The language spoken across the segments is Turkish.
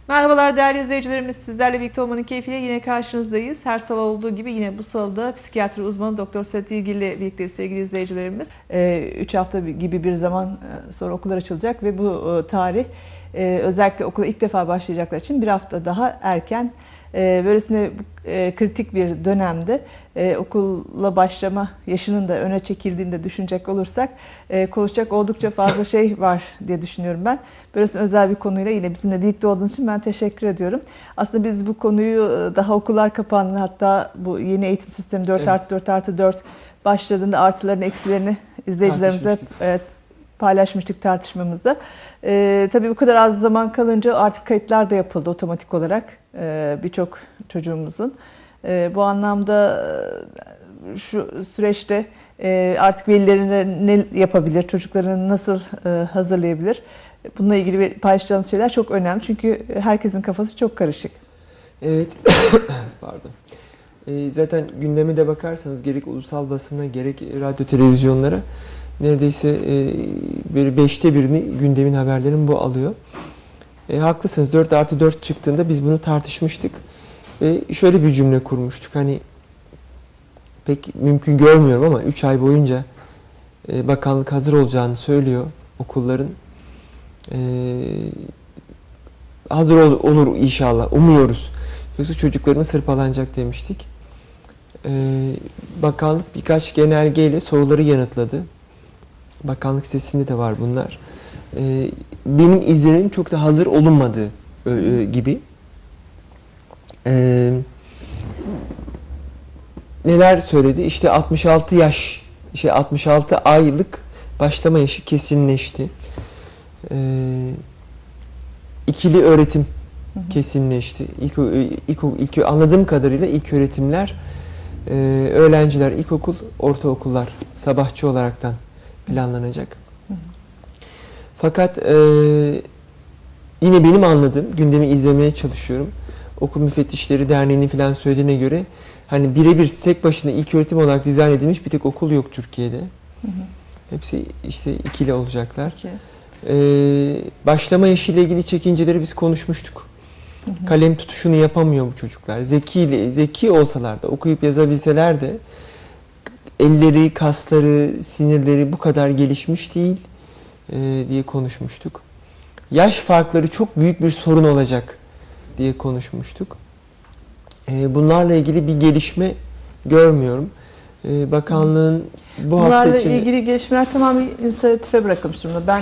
Merhabalar değerli izleyicilerimiz. Sizlerle birlikte olmanın keyfiyle yine karşınızdayız. Her salı olduğu gibi yine bu salıda psikiyatri uzmanı Doktor Sedat İlgili ile birlikteyiz sevgili izleyicilerimiz. 3 hafta gibi bir zaman sonra okullar açılacak ve bu tarih özellikle okula ilk defa başlayacaklar için bir hafta daha erken. Böylesine kritik bir dönemde okula başlama yaşının da öne çekildiğini de düşünecek olursak konuşacak oldukça fazla şey var diye düşünüyorum ben. Böylesine özel bir konuyla yine bizimle birlikte olduğunuz için ben teşekkür ediyorum. Aslında biz bu konuyu daha okullar kapandığında, hatta bu yeni eğitim sistemi 4+4+4 başladığında artılarını eksilerini izleyicilerimize paylaşmıştık tartışmamızda. Tabii bu kadar az zaman kalınca artık kayıtlar da yapıldı otomatik olarak birçok çocuğumuzun. Bu anlamda şu süreçte artık velilerine ne yapabilir, çocuklarını nasıl hazırlayabilir? Bununla ilgili paylaşacağınız şeyler çok önemli. Çünkü herkesin kafası çok karışık. Evet, pardon. Zaten gündeme de bakarsanız gerek ulusal basına gerek radyo televizyonlara neredeyse böyle 1/5'ini gündemin haberlerin bu alıyor. Haklısınız, 4+4 çıktığında biz bunu tartışmıştık. Ve şöyle bir cümle kurmuştuk. Hani pek mümkün görmüyorum ama 3 ay boyunca bakanlık hazır olacağını söylüyor okulların. Hazır olur inşallah, umuyoruz. Yoksa çocuklarımız hırpalanacak demiştik. Bakanlık birkaç genelgeyle soruları yanıtladı. Bakanlık sitesinde de var bunlar. Benim izlenim çok da hazır olunmadığı gibi. Neler söyledi? İşte 66 aylık başlama yaşı kesinleşti. İkili öğretim kesinleşti. İlk anladığım kadarıyla ilk öğretimler öğrenciler ilkokul, ortaokullar sabahçı olaraktan planlanacak. Fakat yine benim anladığım, gündemi izlemeye çalışıyorum. Okul Müfettişleri Derneği'nin falan söylediğine göre hani birebir tek başına ilk öğretim olarak dizayn edilmiş bir tek okul yok Türkiye'de. Hepsi işte ikili olacaklar. Başlama yaşı ile ilgili çekinceleri biz konuşmuştuk. Kalem tutuşunu yapamıyor bu çocuklar. Zeki olsalar da, okuyup yazabilseler de elleri, kasları, sinirleri bu kadar gelişmiş değil diye konuşmuştuk. Yaş farkları çok büyük bir sorun olacak diye konuşmuştuk. Bunlarla ilgili bir gelişme görmüyorum. Bakanlığın bu hafta içinde... ilgili gelişmeler tamamen inisiyatife bırakılmış durumda. Ben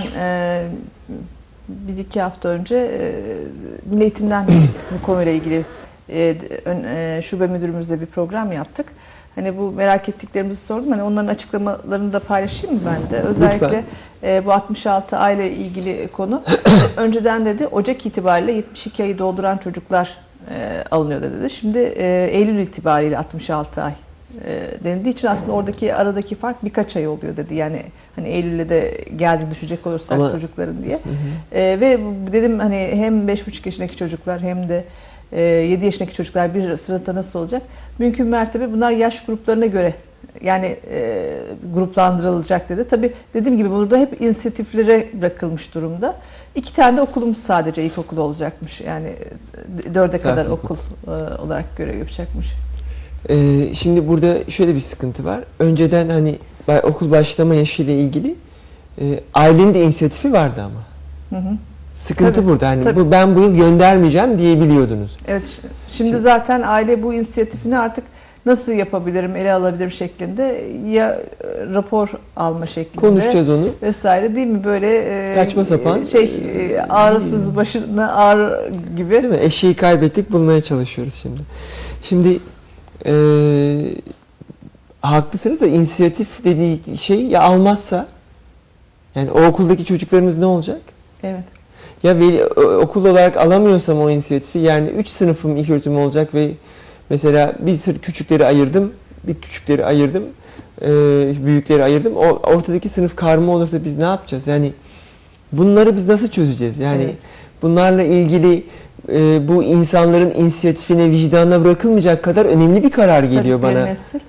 1-2 hafta önce Milli Eğitim'den bu konuyla ilgili şube müdürümüzle bir program yaptık. Hani bu merak ettiklerimizi sordum. Hani onların açıklamalarını da paylaşayım mı ben de? Özellikle bu 66 aile ilgili konu. Önceden dedi Ocak itibariyle 72 ayı dolduran çocuklar alınıyor dedi. Şimdi Eylül itibariyle 66 ay denildiği için aslında oradaki aradaki fark birkaç ay oluyor dedi. Yani hani Eylül'e de geldiğini düşünecek olursak çocukların diye. Ve dedim hani hem 5,5 yaşındaki çocuklar hem de 7 yaşındaki çocuklar bir sırada nasıl olacak? Mümkün mertebe bunlar yaş gruplarına göre yani gruplandırılacak dedi. Tabii dediğim gibi burada hep inisiyatiflere bırakılmış durumda. 2 tane de okulumuz sadece ilkokul olacakmış. Yani 4'e kadar okul olarak görev yapacakmış. Şimdi burada şöyle bir sıkıntı var. Önceden hani okul başlama yaşı ile ilgili ailenin de inisiyatifi vardı ama. Sıkıntı tabii, burada. Hani ben bu yıl göndermeyeceğim diyebiliyordunuz. Evet. Şimdi zaten aile bu inisiyatifini artık nasıl yapabilirim, ele alabilirim şeklinde ya rapor alma şeklinde. Konuşacağız onu. Vesaire değil mi? Böyle saçma sapan ağrısız başına ağrı gibi. Değil mi? Eşeği kaybettik, bulmaya çalışıyoruz şimdi. Şimdi haklısınız da inisiyatif dediği şey ya almazsa yani o okuldaki çocuklarımız ne olacak? Evet. Ya okul olarak alamıyorsam o inisiyatifi yani 3 sınıfım ilk öğretim olacak ve mesela bir küçükleri ayırdım, büyükleri ayırdım. Ortadaki sınıf karma olursa biz ne yapacağız? Yani bunları biz nasıl çözeceğiz? Yani bunlarla ilgili bu insanların inisiyatifine, vicdanına bırakılmayacak kadar önemli bir karar geliyor bana.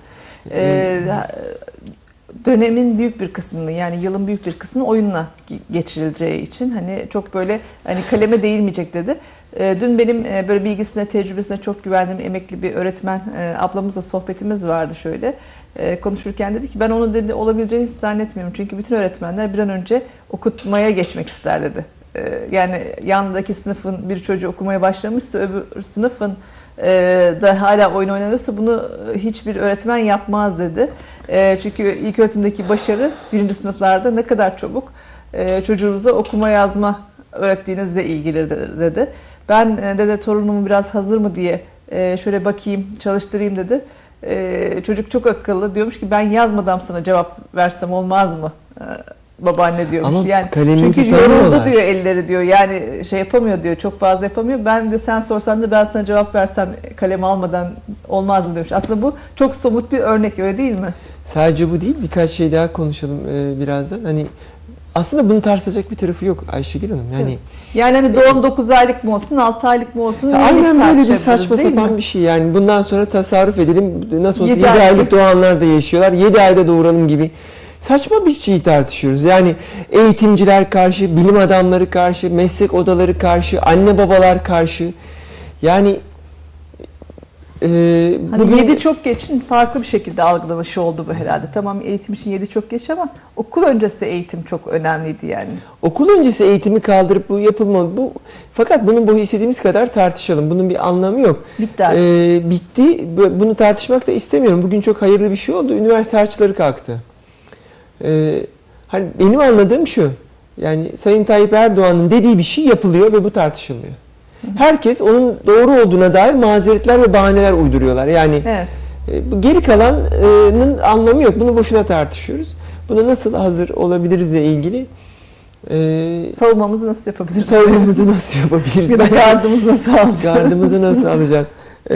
Dönemin büyük bir kısmını yani yılın büyük bir kısmını oyunla geçirileceği için hani çok böyle hani kaleme değilmeyecek dedi. Dün benim böyle bilgisine, tecrübesine çok güvendiğim emekli bir öğretmen ablamızla sohbetimiz vardı şöyle. Konuşurken dedi ki ben onu dedi olabileceğini hiç zannetmiyorum. Çünkü bütün öğretmenler bir an önce okutmaya geçmek ister dedi. Yani yanındaki sınıfın bir çocuğu okumaya başlamışsa öbür sınıfın da hala oyun oynanıyorsa bunu hiçbir öğretmen yapmaz dedi. Çünkü ilköğretimdeki başarı birinci sınıflarda ne kadar çabuk çocuğunuza okuma yazma öğrettiğinizle ilgili dedi. Ben dede torunumu biraz hazır mı diye şöyle bakayım, çalıştırayım dedi. Çocuk çok akıllı, diyormuş ki ben yazmadan sana cevap versem olmaz mı? Babaanne diyormuş. Ama yani çünkü yoruldu tutamıyorlar diyor elleri diyor. Yani şey yapamıyor diyor. Çok fazla yapamıyor. Ben diyor sen sorsan da ben sana cevap versem kalemi almadan olmaz mı demiş. Aslında bu çok somut bir örnek, öyle değil mi? Sadece bu değil, birkaç şey daha konuşalım birazdan. Hani aslında bunu tartışacak bir tarafı yok Ayşegül Hanım. Yani hani doğum 9 aylık mı olsun, 6 aylık mı olsun? Aynen böyle bir saçma tartışabiliriz, değil sapan mi? bir şey. Yani bundan sonra tasarruf edelim. Nasıl olsa 7 7 aylık. aylık doğanlar da yaşıyorlar. 7 ayda doğuralım gibi. Saçma bir şey tartışıyoruz. Yani eğitimciler karşı, bilim adamları karşı, meslek odaları karşı, anne babalar karşı. Yani Hani bugün 7 çok geçin farklı bir şekilde algılanışı oldu bu herhalde. Tamam eğitim için 7 çok geç ama okul öncesi eğitim çok önemliydi yani. okul öncesi eğitimi kaldırıp bu yapılmalı. Fakat bunun bu istediğimiz kadar tartışalım. Bunun bir anlamı yok. Bitti artık. Bitti. Bunu tartışmak da istemiyorum. Bugün çok hayırlı bir şey oldu. Üniversite harçları kalktı. Hani benim anladığım şu. Yani Sayın Tayyip Erdoğan'ın dediği bir şey yapılıyor ve bu tartışılmıyor. Herkes onun doğru olduğuna dair mazeretler ve bahaneler uyduruyorlar. Yani Evet. bu geri kalanın anlamı yok. Bunu boşuna tartışıyoruz. Buna nasıl hazır olabilirizle ilgili Savunmamızı nasıl yapabiliriz? savunmamızı nasıl yapabiliriz? Ya da gardımızı nasıl alacağız? Gardımızı nasıl alacağız?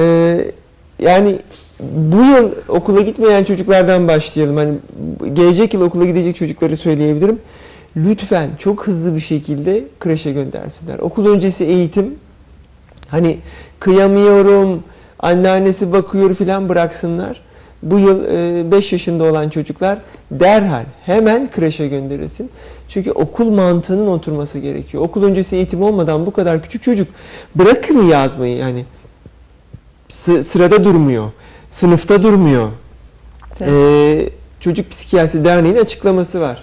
Yani bu yıl okula gitmeyen çocuklardan başlayalım. Hani gelecek yıl okula gidecek çocukları söyleyebilirim. Lütfen çok hızlı bir şekilde kreşe göndersinler. Okul öncesi eğitim, hani kıyamıyorum, anneannesi bakıyor falan bıraksınlar. Bu yıl 5 yaşında olan çocuklar derhal hemen kreşe gönderilsin. Çünkü okul mantığının oturması gerekiyor. Okul öncesi eğitim olmadan bu kadar küçük çocuk, bırakın yazmayı yani, sırada durmuyor, sınıfta durmuyor. Evet. Çocuk Psikiyatrisi Derneği'nin açıklaması var.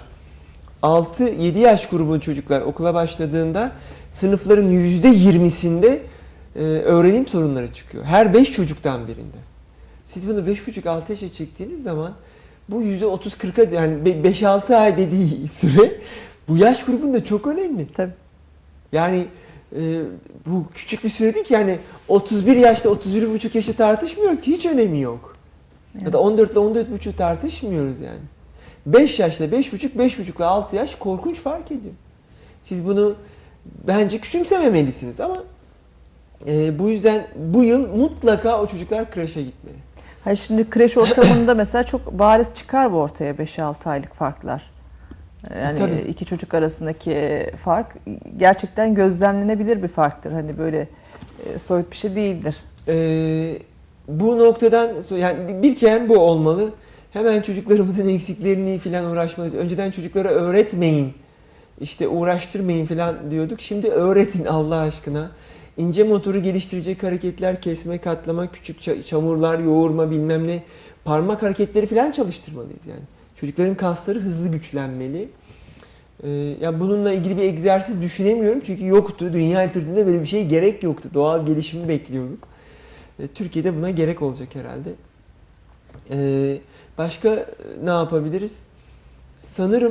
6-7 yaş grubu çocuklar okula başladığında sınıfların %20'sinde öğrenim sorunları çıkıyor. Her 5 çocuktan birinde. Siz bunu 5,5-6 yaşa çektiğiniz zaman bu %30-40'a, yani 5-6 ay dediği süre bu yaş grubunda çok önemli. Tabii. Yani bu küçük bir süre değil ki, yani 31 yaşta 31,5 yaşı tartışmıyoruz ki, hiç önemi yok. Evet. Ya da 14 ile 14,5 tartışmıyoruz yani. 5 yaşla 5,5, 5,5 ile 6 yaş korkunç fark ediyor. Siz bunu bence küçümsememelisiniz ama bu yüzden bu yıl mutlaka o çocuklar kreşe gitmeli. Hayır, şimdi kreş ortamında mesela çok bariz çıkar bu ortaya 5-6 aylık farklar. Yani Tabii. iki çocuk arasındaki fark gerçekten gözlemlenebilir bir farktır. Hani böyle soyut bir şey değildir. Bu noktadan yani bir kere bu olmalı. Hemen çocuklarımızın eksiklerini falan uğraşmalıyız. Önceden çocuklara öğretmeyin, işte uğraştırmayın falan diyorduk. Şimdi öğretin Allah aşkına. İnce motoru geliştirecek hareketler, kesme, katlama, küçük çamurlar, yoğurma, bilmem ne, parmak hareketleri falan çalıştırmalıyız yani. Çocukların kasları hızlı güçlenmeli. Ya bununla ilgili bir egzersiz düşünemiyorum çünkü yoktu. Dünya literatüründe böyle bir şey gerek yoktu. Doğal gelişimi bekliyorduk. Türkiye'de buna gerek olacak herhalde. Başka ne yapabiliriz? Sanırım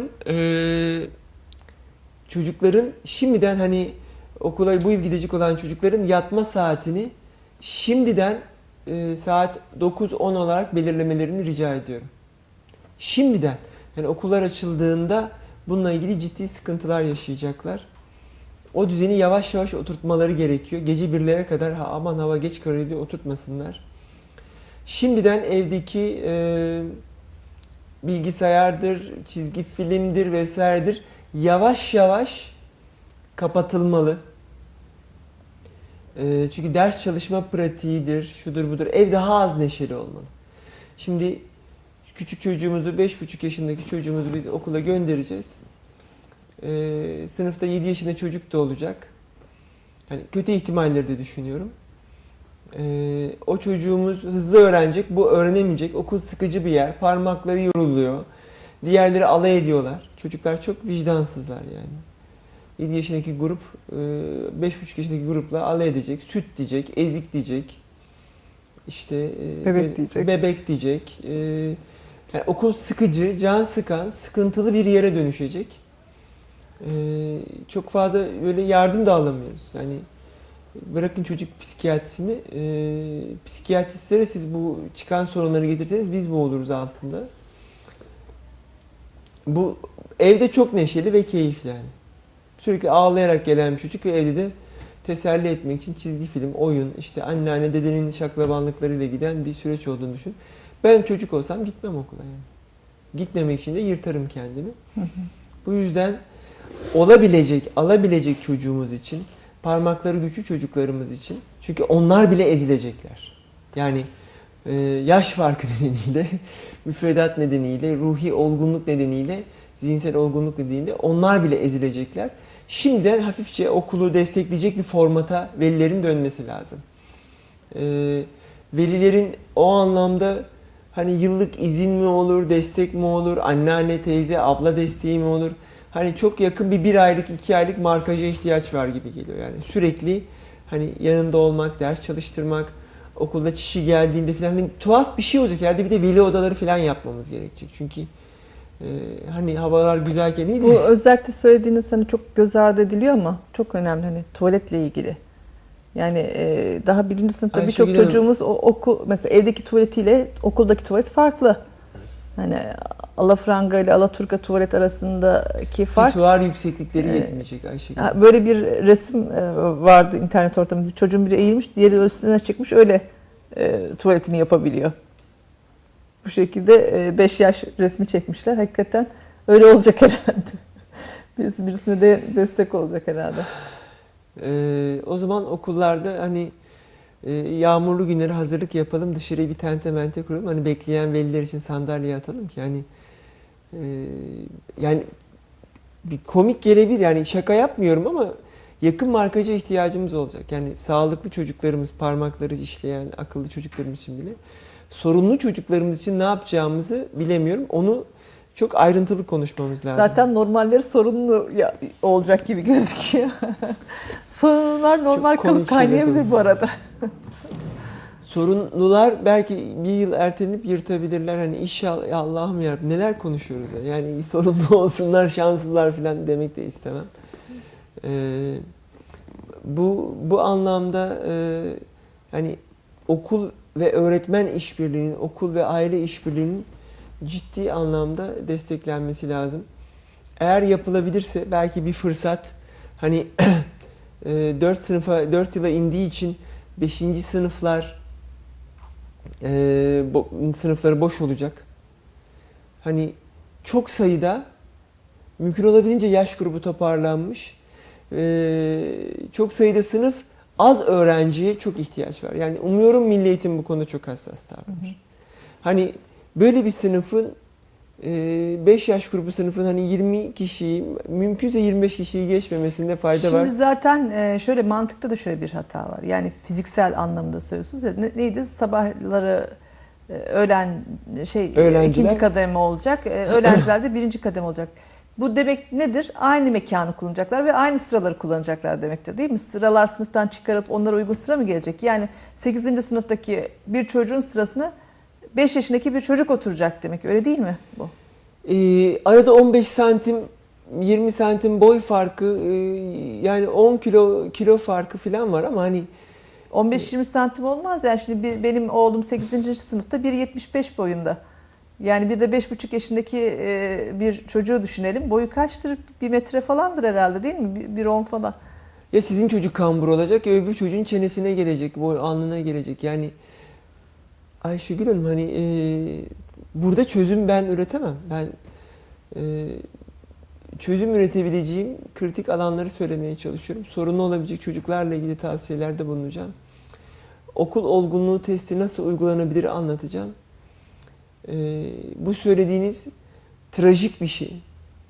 çocukların şimdiden, hani okula bu yıl gidecek olan çocukların yatma saatini şimdiden saat 9-10 olarak belirlemelerini rica ediyorum. Şimdiden. Yani okullar açıldığında bununla ilgili ciddi sıkıntılar yaşayacaklar. O düzeni yavaş yavaş oturtmaları gerekiyor. Gece 1'lere kadar aman hava geç kararıyor diye oturtmasınlar. Şimdiden evdeki bilgisayardır, çizgi filmdir vesairedir yavaş yavaş kapatılmalı. Çünkü ders çalışma pratiğidir, şudur budur. Ev daha az neşeli olmalı. Şimdi küçük çocuğumuzu, 5,5 yaşındaki çocuğumuzu biz okula göndereceğiz. Sınıfta 7 yaşında çocuk da olacak. Yani kötü ihtimalleri de düşünüyorum. O çocuğumuz hızlı öğrenecek, bu öğrenemeyecek. Okul sıkıcı bir yer, parmakları yoruluyor. Diğerleri alay ediyorlar. Çocuklar çok vicdansızlar yani. 7 yaşındaki grup 5,5 yaşındaki grupla alay edecek, süt diyecek, ezik diyecek. İşte bebek diyecek. Yani okul sıkıcı, can sıkan, sıkıntılı bir yere dönüşecek. Çok fazla böyle yardım da alamıyoruz. Yani bırakın çocuk psikiyatrisini, psikiyatristlere siz bu çıkan sorunları getirseniz biz bu oluruz altında. Bu evde çok neşeli ve keyifli yani. Sürekli ağlayarak gelen bir çocuk ve evde de teselli etmek için çizgi film, oyun, işte anneanne, dedenin şaklabanlıklarıyla giden bir süreç olduğunu düşün. Ben çocuk olsam gitmem okula yani. Gitmemek için de yırtarım kendimi. Bu yüzden alabilecek çocuğumuz için, parmakları güçlü çocuklarımız için, çünkü onlar bile ezilecekler. Yani yaş farkı nedeniyle, müfredat nedeniyle, ruhi olgunluk nedeniyle, zihinsel olgunluk nedeniyle onlar bile ezilecekler. Şimdiden hafifçe okulu destekleyecek bir formata velilerin dönmesi lazım. Velilerin o anlamda hani yıllık izin mi olur, destek mi olur, anneanne, teyze, abla desteği mi olur? Hani çok yakın bir aylık, 2 aylık markaja ihtiyaç var gibi geliyor. Yani sürekli hani yanında olmak, ders çalıştırmak, okulda çişi geldiğinde falan hani tuhaf bir şey olacak. Herhalde bir de veli odaları falan yapmamız gerekecek. Çünkü hani havalar güzelken iyi de. Bu özellikle söylediğiniz hani çok göz ardı ediliyor ama çok önemli hani tuvaletle ilgili. Yani daha 1. sınıfta birçok çocuğumuz okul mesela evdeki tuvaletiyle okuldaki tuvalet farklı. Hani alafranga ile alaturka tuvalet arasındaki fark. Pisuar yükseklikleri yetmeyecek Ayşegül. Böyle bir resim vardı internet ortamında. Çocuğun biri eğilmiş, diğeri üstüne çıkmış öyle tuvaletini yapabiliyor. Bu şekilde 5 yaş resmi çekmişler. Hakikaten öyle olacak herhalde. Birisine de destek olacak herhalde. O zaman okullarda hani yağmurlu günlere hazırlık yapalım, dışarıya bir tente mente kuralım. Hani bekleyen veliler için sandalye atalım ki yani bir komik gelebilir yani şaka yapmıyorum ama yakın markaja ihtiyacımız olacak. Yani sağlıklı çocuklarımız, parmakları işleyen akıllı çocuklarımız için bile sorunlu çocuklarımız için ne yapacağımızı bilemiyorum. Onu çok ayrıntılı konuşmamız lazım. Zaten normalleri sorunlu olacak gibi gözüküyor. Sorunlar normal kalıp kaynayabilir bu arada. Sorunlular belki bir yıl ertelenip yırtabilirler. Hani inşallah Allah'ım yarabbim neler konuşuyoruz ya. Yani sorunlu olsunlar, şanslılar falan demek de istemem. Bu anlamda hani okul ve öğretmen işbirliğinin, okul ve aile işbirliğinin ciddi anlamda desteklenmesi lazım. Eğer yapılabilirse belki bir fırsat hani 4 yıla indiği için 5. sınıfları boş olacak. Hani çok sayıda mümkün olabildiğince yaş grubu toparlanmış. Çok sayıda sınıf az öğrenciye çok ihtiyaç var. Yani umuyorum Milli Eğitim bu konuda çok hassas davranır. Hani böyle bir sınıfın 5 yaş grubu sınıfın hani 20 kişiyi mümkünse 25 kişiyi geçmemesinde fayda var. Şimdi zaten şöyle mantıkta da şöyle bir hata var. Yani fiziksel anlamda söylüyorsunuz ya neydi sabahları ikinci kademe olacak. Öğrenciler de 1. kademe olacak. Bu demek nedir? Aynı mekanı kullanacaklar ve aynı sıraları kullanacaklar demektir değil mi? Sıralar sınıftan çıkarıp onlara uygun sıra mı gelecek? Yani 8. sınıftaki bir çocuğun sırasına 5 yaşındaki bir çocuk oturacak demek. Öyle değil mi bu? Arada 15 santim, 20 santim boy farkı, yani 10 kilo farkı falan var ama hani 15-20 santim olmaz yani. Şimdi benim oğlum 8. sınıfta 1.75 boyunda. Yani bir de 5,5 yaşındaki bir çocuğu düşünelim. Boyu kaçtır? 1 metre falandır herhalde değil mi? 1.10 falan. Ya sizin çocuk kambur olacak ya öbür çocuğun çenesine gelecek, alnına gelecek. Yani Ayşegül Hanım hani burada çözüm ben üretemem. Ben çözüm üretebileceğim kritik alanları söylemeye çalışıyorum. Sorunlu olabilecek çocuklarla ilgili tavsiyelerde bulunacağım. Okul olgunluğu testi nasıl uygulanabilir bu söylediğiniz trajik bir şey.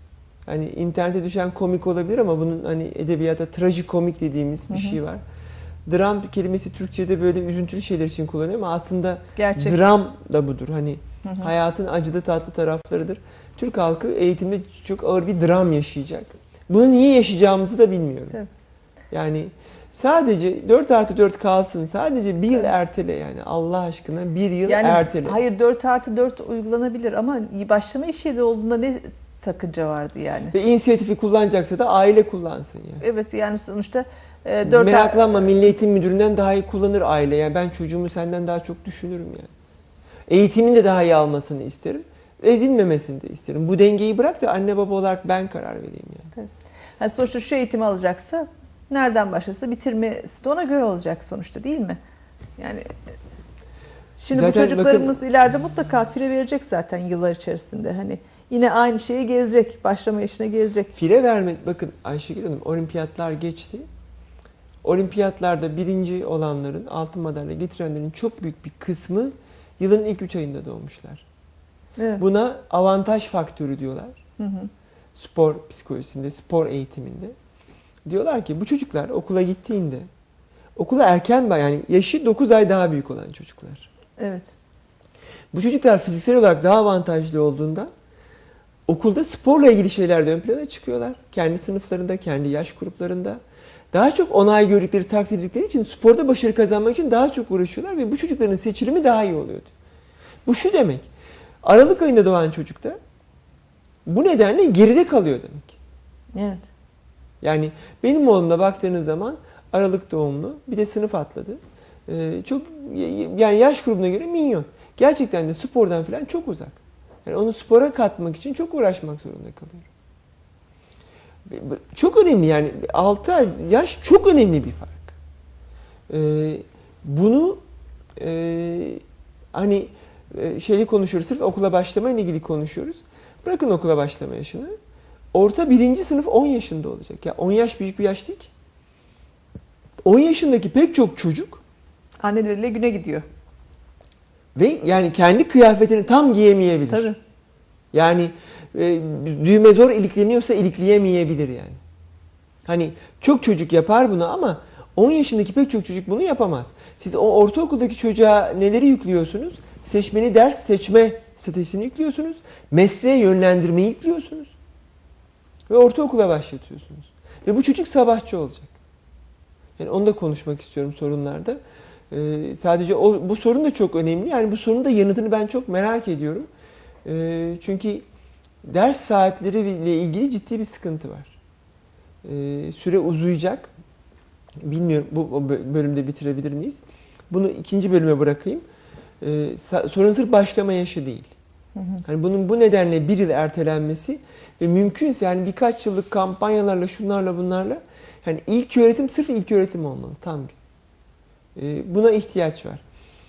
hani internete düşen komik olabilir ama bunun hani edebiyatta trajikomik dediğimiz bir şey var. Dram kelimesi Türkçe'de böyle üzüntülü şeyler için kullanıyor ama aslında Gerçek. dram da budur. Hani hayatın acılı tatlı taraflarıdır. Türk halkı eğitimde çok ağır bir dram yaşayacak. Bunu niye yaşayacağımızı da bilmiyorum. Tabii. Yani sadece 4+4 kalsın. Sadece bir yıl ertele yani. Allah aşkına bir yıl Yani ertele. hayır 4+4 uygulanabilir ama başlama iş yeri olduğunda ne sakınca vardı yani? Ve inisiyatifi kullanacaksa da aile kullansın yani. Evet yani sonuçta 4 Meraklanma, Milli Eğitim Müdürü'nden daha iyi kullanır aile. Yani ben çocuğumu senden daha çok düşünürüm yani. Eğitimin de daha iyi almasını isterim. Ezilmemesini de isterim. Bu dengeyi bırak da anne baba olarak ben karar vereyim yani. Yani sonuçta şu eğitimi alacaksa nereden başlasa bitirmesi de ona göre olacak sonuçta değil mi? Yani şimdi Zaten bu çocuklarımız ileride mutlaka fire verecek zaten yıllar içerisinde. Hani yine aynı şeye gelecek, başlama yaşına gelecek. Fire vermek, bakın Ayşegül Hanım, olimpiyatlar geçti. Olimpiyatlarda birinci olanların, altın madalya getirenlerin çok büyük bir kısmı yılın ilk 3 ayında doğmuşlar. Evet. Buna avantaj faktörü diyorlar. Hı hı. Spor psikolojisinde, spor eğitiminde. Diyorlar ki bu çocuklar okula gittiğinde, okula erken, yani yaşı 9 ay daha büyük olan çocuklar. Evet. Bu çocuklar fiziksel olarak daha avantajlı olduğundan okulda sporla ilgili şeyler de ön plana çıkıyorlar. Kendi sınıflarında, kendi yaş gruplarında. Daha çok onay gördükleri, takdir edildikleri için sporda başarı kazanmak için daha çok uğraşıyorlar ve bu çocukların seçilimi daha iyi oluyordu. Bu şu demek, Aralık ayında doğan çocuk da bu nedenle geride kalıyor demek. Evet. Yani benim oğlumda baktığınız zaman Aralık doğumlu, bir de sınıf atladı. Çok yani yaş grubuna göre minyon. Gerçekten de spordan falan çok uzak. Yani onu spora katmak için çok uğraşmak zorunda kalıyor. Çok önemli yani 6 ay yaş çok önemli bir fark. Bunu hani şeyi konuşuyoruz, sırf okula başlamayla ilgili konuşuyoruz. Bırakın okula başlama yaşını. Orta 1. sınıf 10 yaşında olacak. Ya 10 yaş büyük bir yaş değil ki. 10 yaşındaki pek çok çocuk Anneleriyle güne gidiyor. ve yani kendi kıyafetini tam giyemeyebilir. Tabii. Yani düğme zor ilikleniyorsa ilikleyemeyebilir yani. Hani çok çocuk yapar bunu ama 10 yaşındaki pek çok çocuk bunu yapamaz. Siz o ortaokuldaki çocuğa neleri yüklüyorsunuz? Seçmeli ders seçme stratejisini yüklüyorsunuz. Mesleğe yönlendirmeyi yüklüyorsunuz. Ve ortaokula başlatıyorsunuz. Ve bu çocuk sabahçı olacak. Yani onu da konuşmak istiyorum sorunlarda. Sadece bu sorun da çok önemli. Yani bu sorunun da yanıtını ben çok merak ediyorum. Çünkü ders saatleri ile ilgili ciddi bir sıkıntı var. Süre uzayacak. Bilmiyorum bu bölümde bitirebilir miyiz? Bunu ikinci bölüme bırakayım. Sorun sırf başlama yaşı değil. Hani bunun bu nedenle bir yıl ertelenmesi ve mümkünse yani birkaç yıllık kampanyalarla, şunlarla bunlarla, yani ilk öğretim sırf ilk öğretim olmalı tam gün. Buna ihtiyaç var.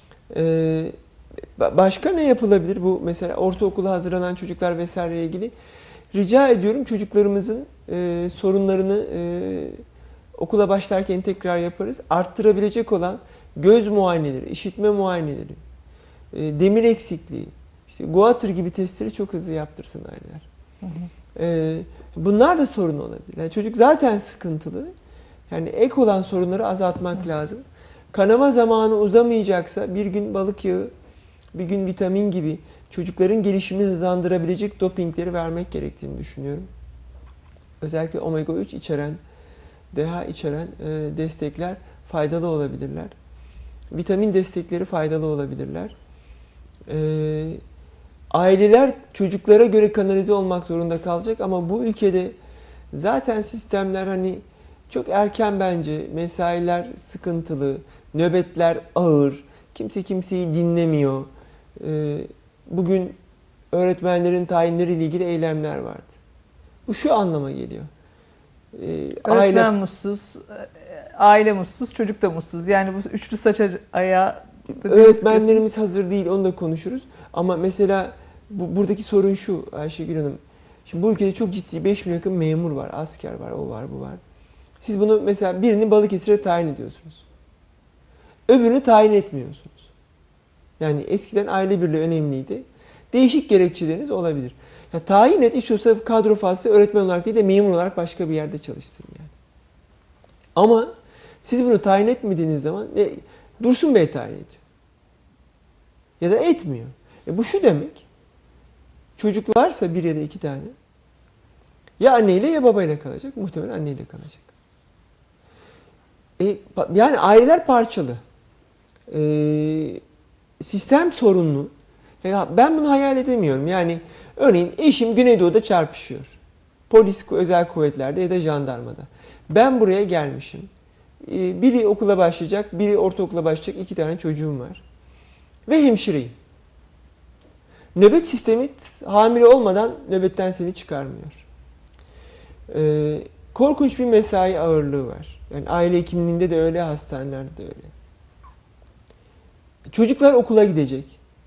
Başka ne yapılabilir? Bu mesela ortaokula hazırlanan çocuklar vesaireyle ilgili. Rica ediyorum çocuklarımızın sorunlarını okula başlarken tekrar yaparız. Arttırabilecek olan göz muayeneleri, işitme muayeneleri, demir eksikliği, işte Guatr gibi testleri çok hızlı yaptırsın aileler. Bunlar da sorun olabilir. Yani çocuk zaten sıkıntılı. Yani ek olan sorunları azaltmak lazım. Kanama zamanı uzamayacaksa bir gün balık yağı, bir gün vitamin gibi çocukların gelişimini hızlandırabilecek dopingleri vermek gerektiğini düşünüyorum. Özellikle omega 3 içeren, DHA içeren destekler faydalı olabilirler. Vitamin destekleri faydalı olabilirler. Aileler çocuklara göre kanalize olmak zorunda kalacak ama bu ülkede zaten sistemler hani çok erken bence, mesailer sıkıntılı, nöbetler ağır, kimse kimseyi dinlemiyor. Bugün öğretmenlerin tayinleriyle ilgili eylemler vardı. Bu şu anlama geliyor. Öğretmen mutsuz, aile mutsuz, çocuk da mutsuz. Yani bu üçlü saç ayağı... Öğretmenlerimiz hazır değil, onu da konuşuruz. Ama mesela buradaki sorun şu Ayşegül Hanım. Şimdi bu ülkede çok ciddi 5 milyon yakın memur var, asker var, o var, bu var. Siz bunu mesela birini Balıkesir'e tayin ediyorsunuz. Öbürünü tayin etmiyorsunuz. Yani eskiden aile birliği önemliydi. Değişik gerekçeleriniz olabilir. Ya tayin et, istiyorsa kadro fazlası öğretmen olarak değil de memur olarak başka bir yerde çalışsın yani. Ama siz bunu tayin etmediğiniz zaman Dursun Bey tayin ediyor. Ya da etmiyor. Bu şu demek. Çocuk varsa bir ya da iki tane ya anneyle ya babayla kalacak. Muhtemelen anneyle kalacak. Yani aileler parçalı. Sistem sorunlu. Ya ben bunu hayal edemiyorum. Yani örneğin eşim Güneydoğu'da çarpışıyor. Polis, özel kuvvetlerde ya da jandarmada. Ben buraya gelmişim. Biri okula başlayacak, biri ortaokula başlayacak. 2 tane çocuğum var. Ve hemşireyim. Nöbet sistemi hamile olmadan nöbetten seni çıkarmıyor. Korkunç bir mesai ağırlığı var. Yani aile hekimliğinde de öyle, hastanelerde de öyle. Çocuklar okula gidecek.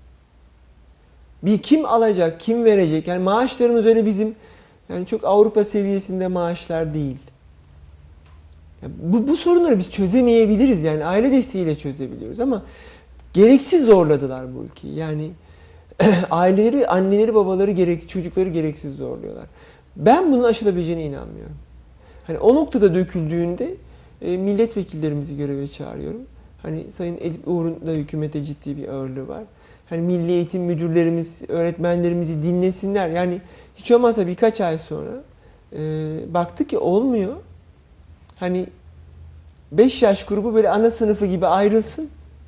Bir kim alacak, kim verecek? Yani maaşlarımız öyle bizim yani çok Avrupa seviyesinde maaşlar değil. Yani bu sorunları biz çözemeyebiliriz. Yani aile desteğiyle çözebiliyoruz ama gereksiz zorladılar bu ülkeyi. Yani aileleri, anneleri, babaları çocukları gereksiz zorluyorlar. Ben bunun aşılabileceğine inanmıyorum. Hani o noktada döküldüğünde milletvekillerimizi göreve çağırıyorum. Hani Sayın Edip Uğur'un da hükümete ciddi bir ağırlığı var. Hani milli eğitim müdürlerimiz, öğretmenlerimizi dinlesinler. Yani hiç olmazsa birkaç ay sonra baktık ki olmuyor. Hani 5 yaş grubu böyle ana sınıfı gibi ayrılsın.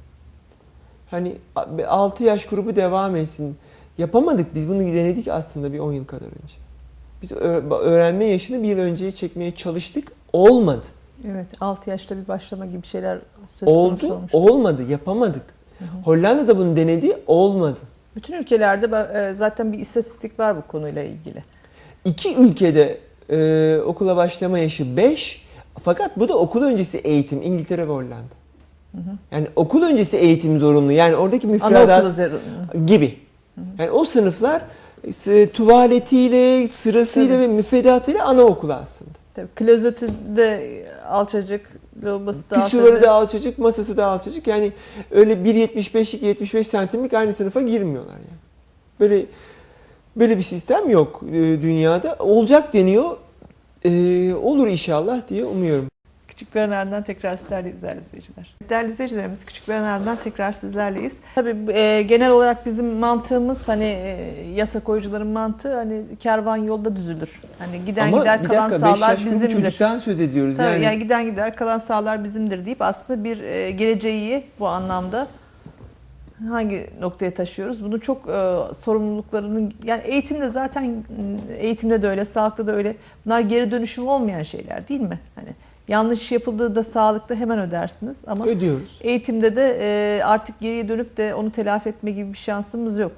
Hani 6 yaş grubu devam etsin. Yapamadık. Biz bunu denedik aslında bir 10 yıl kadar önce. Biz öğrenme yaşını bir yıl önceye çekmeye çalıştık. Olmadı. Evet, 6 yaşta bir başlama gibi şeyler söz konusu Oldu, olmuş. olmadı. Yapamadık. Hollanda da bunu denedi, olmadı. Bütün ülkelerde zaten bir istatistik var bu konuyla ilgili. 2 ülkede okula başlama yaşı 5, fakat bu da okul öncesi eğitim, İngiltere ve Hollanda. Yani okul öncesi eğitim zorunlu. Yani oradaki müfredat gibi. Yani o sınıflar tuvaletiyle, sırasıyla ve müfredatıyla anaokulu aslında. Tabii, klozeti de alçacık, lavabosu da Pisuvarı alçacık. da alçacık, masası da alçacık. Yani öyle 1.75'lik, 75 santimlik aynı sınıfa girmiyorlar yani. Böyle bir sistem yok dünyada. Olacak deniyor. Olur inşallah diye umuyorum. Küçük bir arardan tekrar sizlerleyiz değerli izleyiciler. Değerli izleyicilerimiz, Küçük bir arardan tekrar sizlerleyiz. Tabii genel olarak bizim mantığımız hani yasa koyucuların mantığı hani kervan yolda düzülür. Hani giden Ama gider bir kalan dakika, 5 sağlar yaş grubu bizimdir. çocuktan söz ediyoruz. Tabii, Yani yani giden gider kalan sağlar bizimdir deyip aslında bir geleceği bu anlamda hangi noktaya taşıyoruz? Bunu çok sorumluluklarının yani eğitimde zaten eğitimde de öyle, sağlıkta da öyle. Bunlar geri dönüşüm olmayan şeyler değil mi? Hani yanlış yapıldığı da sağlıkta hemen ödersiniz ama ödüyoruz. eğitimde de artık geriye dönüp de onu telafi etme gibi bir şansımız yok.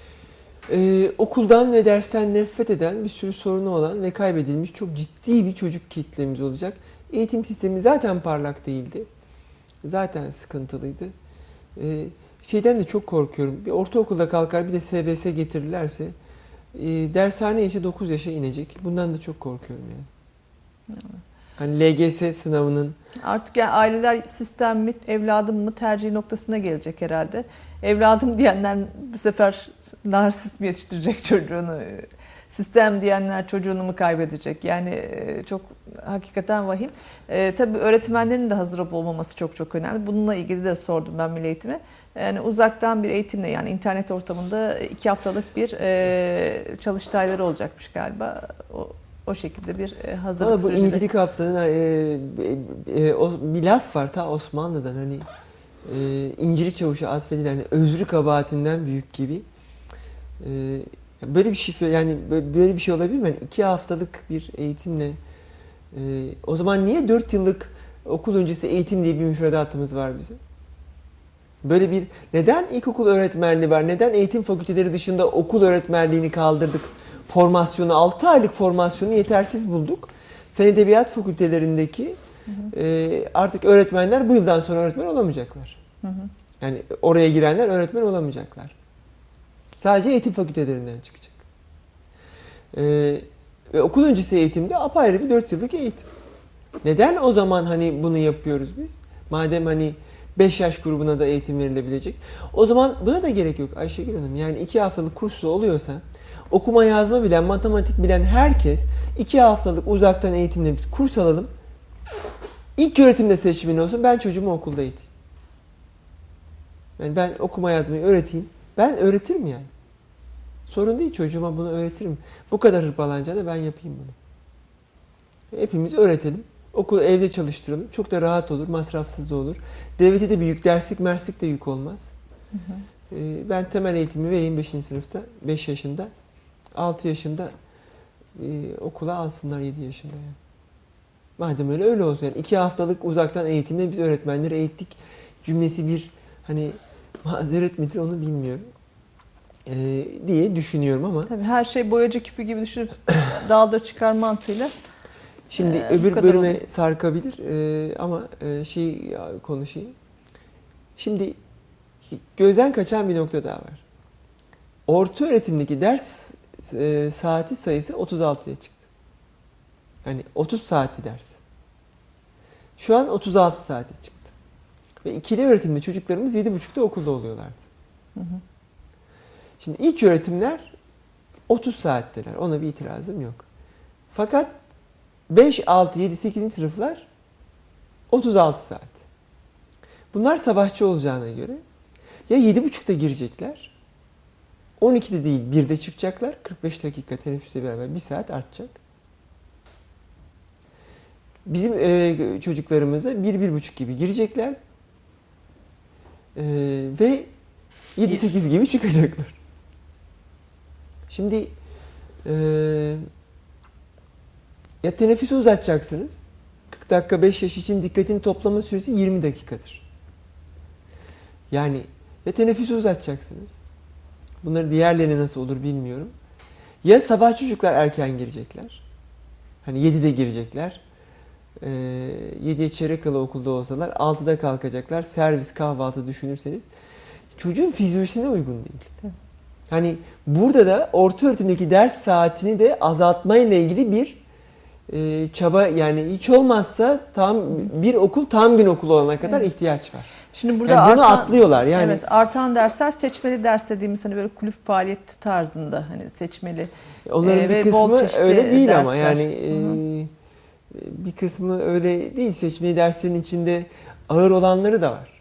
Okuldan ve dersten nefret eden, bir sürü sorunu olan ve kaybedilmiş çok ciddi bir çocuk kitlemiz olacak. Eğitim sistemi zaten parlak değildi. Zaten sıkıntılıydı. Şeyden de çok korkuyorum. Bir ortaokulda kalkar bir de SBS getirirlerse dershane yaşı 9 yaşa inecek. Bundan da çok korkuyorum yani. Hani LGS sınavının Artık yani aileler sistem mi, evladım mı tercih noktasına gelecek herhalde. Evladım diyenler bu sefer narsist mi yetiştirecek çocuğunu, sistem diyenler çocuğunu mu kaybedecek? Yani çok hakikaten vahim. Tabii öğretmenlerin de hazır olup olmaması çok çok önemli. Bununla ilgili de sordum ben Milli Eğitim'e. Yani uzaktan bir eğitimle yani internet ortamında 2 haftalık bir çalıştayları olacakmış galiba. O şekilde bir hazırlık bu süreci. İncilik Haftanın bir laf var ta Osmanlı'dan hani inciri çavuşa atfedilen yani özrü kabahatinden büyük gibi. Böyle bir şey yani böyle bir şey olabilir mi? Yani 2 haftalık bir eğitimle o zaman niye 4 yıllık okul öncesi eğitim diye bir müfredatımız var bizim? Böyle bir neden ilkokul öğretmenliği var? Neden eğitim fakülteleri dışında okul öğretmenliğini kaldırdık? Formasyonu 6 aylık formasyonu yetersiz bulduk. Fen Edebiyat fakültelerindeki artık öğretmenler bu yıldan sonra öğretmen olamayacaklar. Yani oraya girenler öğretmen olamayacaklar. Sadece eğitim fakültelerinden çıkacak. Ve okul öncesi eğitimde apayrı bir 4 yıllık eğitim. Neden o zaman hani bunu yapıyoruz biz? Madem hani 5 yaş grubuna da eğitim verilebilecek. O zaman buna da gerek yok Ayşegül Hanım. Yani 2 haftalık kurslu oluyorsa okuma yazma bilen, matematik bilen herkes 2 haftalık uzaktan eğitimle biz kurs alalım. İlk öğretimde seçmeni olsun, ben çocuğumu okulda eğiteyim. Yani ben okuma yazmayı öğreteyim. Ben öğretirim yani. Sorun değil, çocuğuma bunu öğretirim. Bu kadar hırpalanacağına ben yapayım bunu. Hepimiz öğretelim. Okulu evde çalıştıralım. Çok da rahat olur, masrafsız da olur. Devlete de bir yük, derslik de yük olmaz. Hı hı. Ben temel eğitimi vereyim 5. sınıfta, 5 yaşında. 6 yaşında okula alsınlar 7 yaşında yani. Madem öyle olsun. Yani 2 haftalık uzaktan eğitimle biz öğretmenleri eğittik cümlesi bir hani mazeret midir onu bilmiyorum. Diye düşünüyorum ama. Tabii her şey boyacı küpü gibi düşünüp dağıldır çıkar mantığıyla. Şimdi öbür bölüme sarkabilir ama konuşayım. Şimdi gözden kaçan bir nokta daha var. Orta öğretimdeki ders saati sayısı 36'ya çıktı. Yani 30 saati ders. Şu an 36 saate çıktı. Ve ikili öğretimde çocuklarımız 7.30'da okulda oluyorlardı. Hı hı. Şimdi ilk öğretimler 30 saatteler. Ona bir itirazım yok. Fakat 5, 6, 7, 8. sınıflar 36 saat. Bunlar sabahçı olacağına göre ya 7.30'da girecekler, 12'de değil 1'de çıkacaklar, 45 dakika teneffüsle beraber 1 saat artacak. Bizim çocuklarımıza 1-1.30 gibi girecekler ve 7-8 gibi çıkacaklar. Şimdi ya teneffüsü uzatacaksınız. 40 dakika 5 yaş için dikkatini toplama süresi 20 dakikadır. Yani ya teneffüsü uzatacaksınız. Bunları diğerlerine nasıl olur bilmiyorum. Ya sabah çocuklar erken girecekler. Hani 7'de girecekler. 7'ye çeyrek kala okulda olsalar 6'da kalkacaklar. Servis, kahvaltı düşünürseniz çocuğun fizyolojisine uygun değil. Hani burada da orta öğretimdeki ders saatini de azaltmayla ilgili bir çaba, yani hiç olmazsa bir okul tam gün okulu olana kadar ihtiyaç var. Şimdi burada yani bunu atlıyorlar yani. Evet, artan dersler seçmeli ders dediğimiz hani böyle kulüp faaliyeti tarzında hani seçmeli. Onların bir kısmı öyle değil dersler. Ama yani bir kısmı öyle değil. Seçmeli derslerin içinde ağır olanları da var.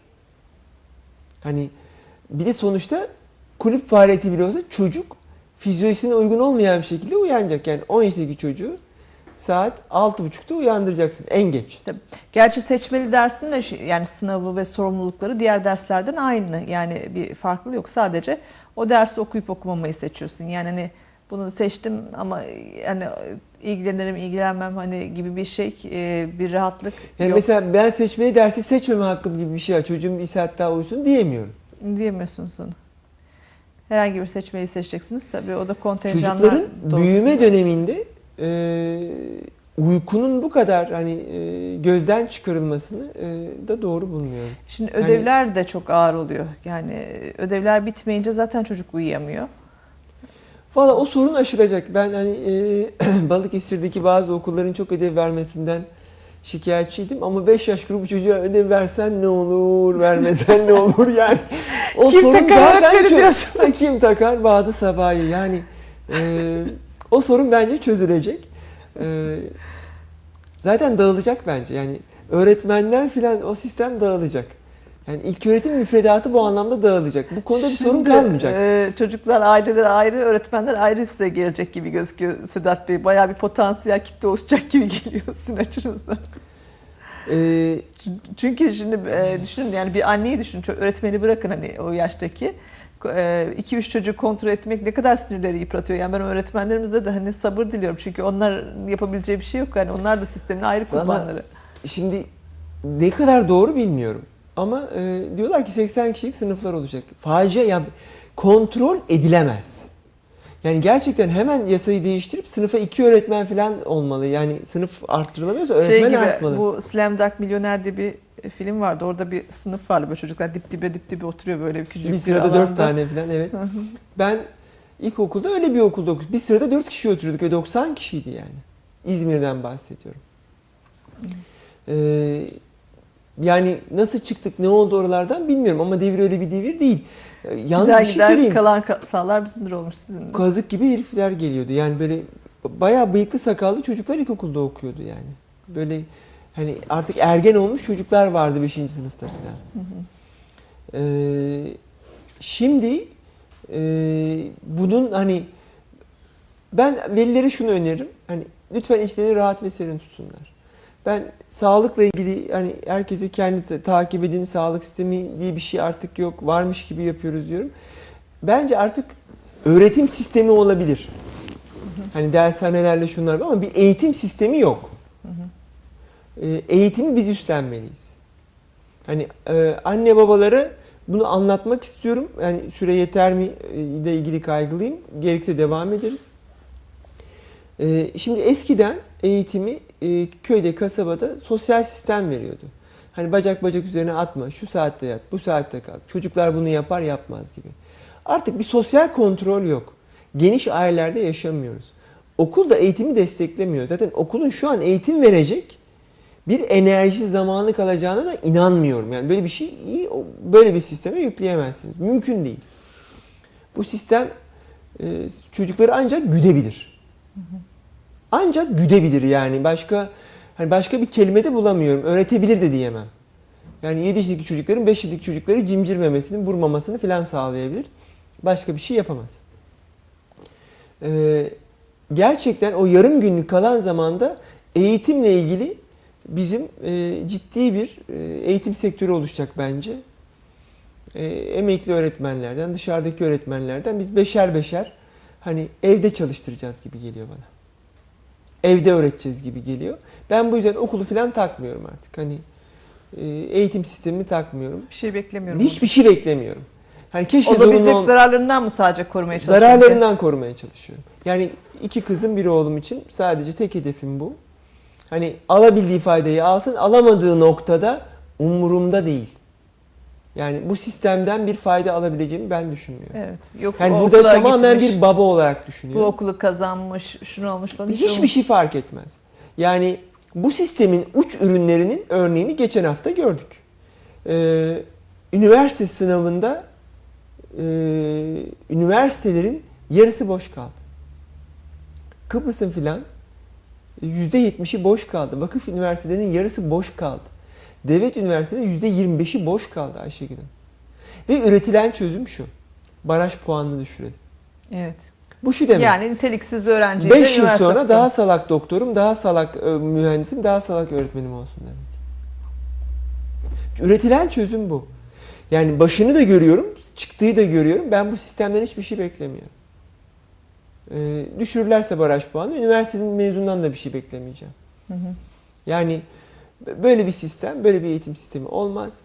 Hani bir de sonuçta kulüp faaliyeti bile olsa çocuk fizyolojisine uygun olmayan bir şekilde uyanacak. Yani 10 yaşındaki çocuğu saat 6.30'da uyandıracaksın en geç. Tabii. Gerçi seçmeli dersin de yani sınavı ve sorumlulukları diğer derslerden aynı. Yani bir farklılığı yok. Sadece o dersi okuyup okumamayı seçiyorsun. Yani hani bunu seçtim ama yani ilgilenirim, ilgilenmem hani gibi bir şey, bir rahatlık yani yok. Mesela ben seçmeli dersi seçmeme hakkım gibi bir şey var. Çocuğum bir saat daha uyusun diyemiyorum. Diyemiyorsun sonra. Herhangi bir seçmeyi seçeceksiniz. Tabii o da kontenjanlar çocukların doğrultusunda. büyüme döneminde uykunun bu kadar hani gözden çıkarılmasını da doğru bulmuyorum. Şimdi ödevler de çok ağır oluyor. Yani ödevler bitmeyince zaten çocuk uyuyamıyor. Valla o sorun aşılacak. Ben hani Balıkesir'deki bazı okulların çok ödev vermesinden şikayetçiydim ama 5 yaş grubu çocuğa ödev versen ne olur, vermesen ne olur yani. O Kim sorun takar zaten kim takar Badı Sabah'ı yani. O sorun bence çözülecek. Zaten dağılacak bence. Yani öğretmenler filan o sistem dağılacak. Yani ilköğretim müfredatı bu anlamda dağılacak. Bu konuda bir sorun kalmayacak. Çocuklar, aileler ayrı, öğretmenler ayrı size gelecek gibi gözüküyor Sedat Bey. Bayağı bir potansiyel kitle oluşacak gibi geliyor sizin açınızdan. Çünkü şimdi düşünün yani bir anneyi düşünün. Öğretmeni bırakın hani o yaştaki. 2-3 çocuğu kontrol etmek ne kadar sinirleri yıpratıyor. Yani ben öğretmenlerimize de hani sabır diliyorum. Çünkü onlar yapabileceği bir şey yok. Yani onlar da sistemin ayrı kurbanları. Şimdi ne kadar doğru bilmiyorum. Ama diyorlar ki 80 kişilik sınıflar olacak. Facia, yani kontrol edilemez. Yani gerçekten hemen yasayı değiştirip sınıfa 2 öğretmen falan olmalı. Yani sınıf arttırılamıyorsa öğretmen artmalı. Bu Slam Dunk Milyoner diye bir film vardı. Orada bir sınıf vardı. Böyle çocuklar dip dibe oturuyor böyle bir küçücük bir sırada alanda. 4 tane falan, evet. Ben ilkokulda öyle bir okulda okudum. Bir sırada 4 kişi oturuyorduk ve 90 kişiydi yani. İzmir'den bahsediyorum. Yani nasıl çıktık, ne oldu oralardan bilmiyorum ama devir öyle bir devir değil. Yalnız Gider bir şey gider söyleyeyim. kalan sağlar bizimdir olmuş sizin de. Kazık gibi herifler geliyordu. Yani böyle bayağı bıyıklı sakallı çocuklar ilkokulda okuyordu yani. Böyle hani artık ergen olmuş çocuklar vardı 5. sınıfta falan. Şimdi bunun hani ben velilere şunu öneririm. Hani lütfen içlerini rahat ve serin tutsunlar. Ben sağlıkla ilgili hani herkesi kendi takip edin, sağlık sistemi diye bir şey artık yok, varmış gibi yapıyoruz diyorum. Bence artık öğretim sistemi olabilir. Hani dershanelerle şunlar ama bir eğitim sistemi yok. Eğitimi biz üstlenmeliyiz. Hani anne babalara bunu anlatmak istiyorum. Yani süre yeter mi ile ilgili kaygılıyım. Gerekirse devam ederiz. Şimdi eskiden eğitimi köyde, kasabada sosyal sistem veriyordu. Hani bacak bacak üzerine atma, şu saatte yat, bu saatte kalk. Çocuklar bunu yapar yapmaz gibi. Artık bir sosyal kontrol yok. Geniş ailelerde yaşamıyoruz. Okul da eğitimi desteklemiyor. Zaten okulun şu an eğitim verecek bir enerji zamanı kalacağına da inanmıyorum. Yani böyle bir şey, böyle bir sisteme yükleyemezsiniz. Mümkün değil. Bu sistem çocukları ancak güdebilir. Ancak güdebilir yani. Başka bir kelime de bulamıyorum. Öğretebilir de diyemem. Yani 7 yaşındaki çocukların 5 yaşındaki çocukları cimcirmemesini, vurmamasını falan sağlayabilir. Başka bir şey yapamaz. Gerçekten o yarım günlük kalan zamanda eğitimle ilgili bizim ciddi bir eğitim sektörü oluşacak bence. Emekli öğretmenlerden, dışarıdaki öğretmenlerden biz beşer beşer hani evde çalıştıracağız gibi geliyor bana. Evde öğreteceğiz gibi geliyor. Ben bu yüzden okulu falan takmıyorum artık. Hani eğitim sistemini takmıyorum. Bir şey beklemiyorum. Hiçbir şey beklemiyorum. Hani keşke olabilecek zararlarından mı sadece korumaya çalışıyorsun? Zararlarından korumaya çalışıyorum. Yani 2 kızım 1 oğlum için sadece tek hedefim bu. Hani alabildiği faydayı alsın, alamadığı noktada umurumda değil. Yani bu sistemden bir fayda alabileceğimi ben düşünmüyorum. Evet. Yok, yani burada tamamen bir baba olarak düşünüyorum. Bu okulu kazanmış, şunu olmuş falan. Hiçbir şey fark etmez. Yani bu sistemin uç ürünlerinin örneğini geçen hafta gördük. Üniversite sınavında üniversitelerin yarısı boş kaldı. Kıbrıs'ın filan %70'i boş kaldı. Vakıf üniversitelerinin yarısı boş kaldı. Devlet üniversitelerinin %25'i boş kaldı Ayşegül Hanım. Ve üretilen çözüm şu. Baraj puanını düşürelim. Evet. Bu şu demek. Yani niteliksiz öğrenciyle 5 yıl sonra daha salak doktorum, daha salak mühendisim, daha salak öğretmenim olsun demek. Üretilen çözüm bu. Yani başını da görüyorum, çıktığı da görüyorum. Ben bu sistemden hiçbir şey beklemiyorum. Düşürürlerse baraj puanı, üniversitenin mezunundan da bir şey beklemeyeceğim. Yani böyle bir sistem, böyle bir eğitim sistemi olmaz.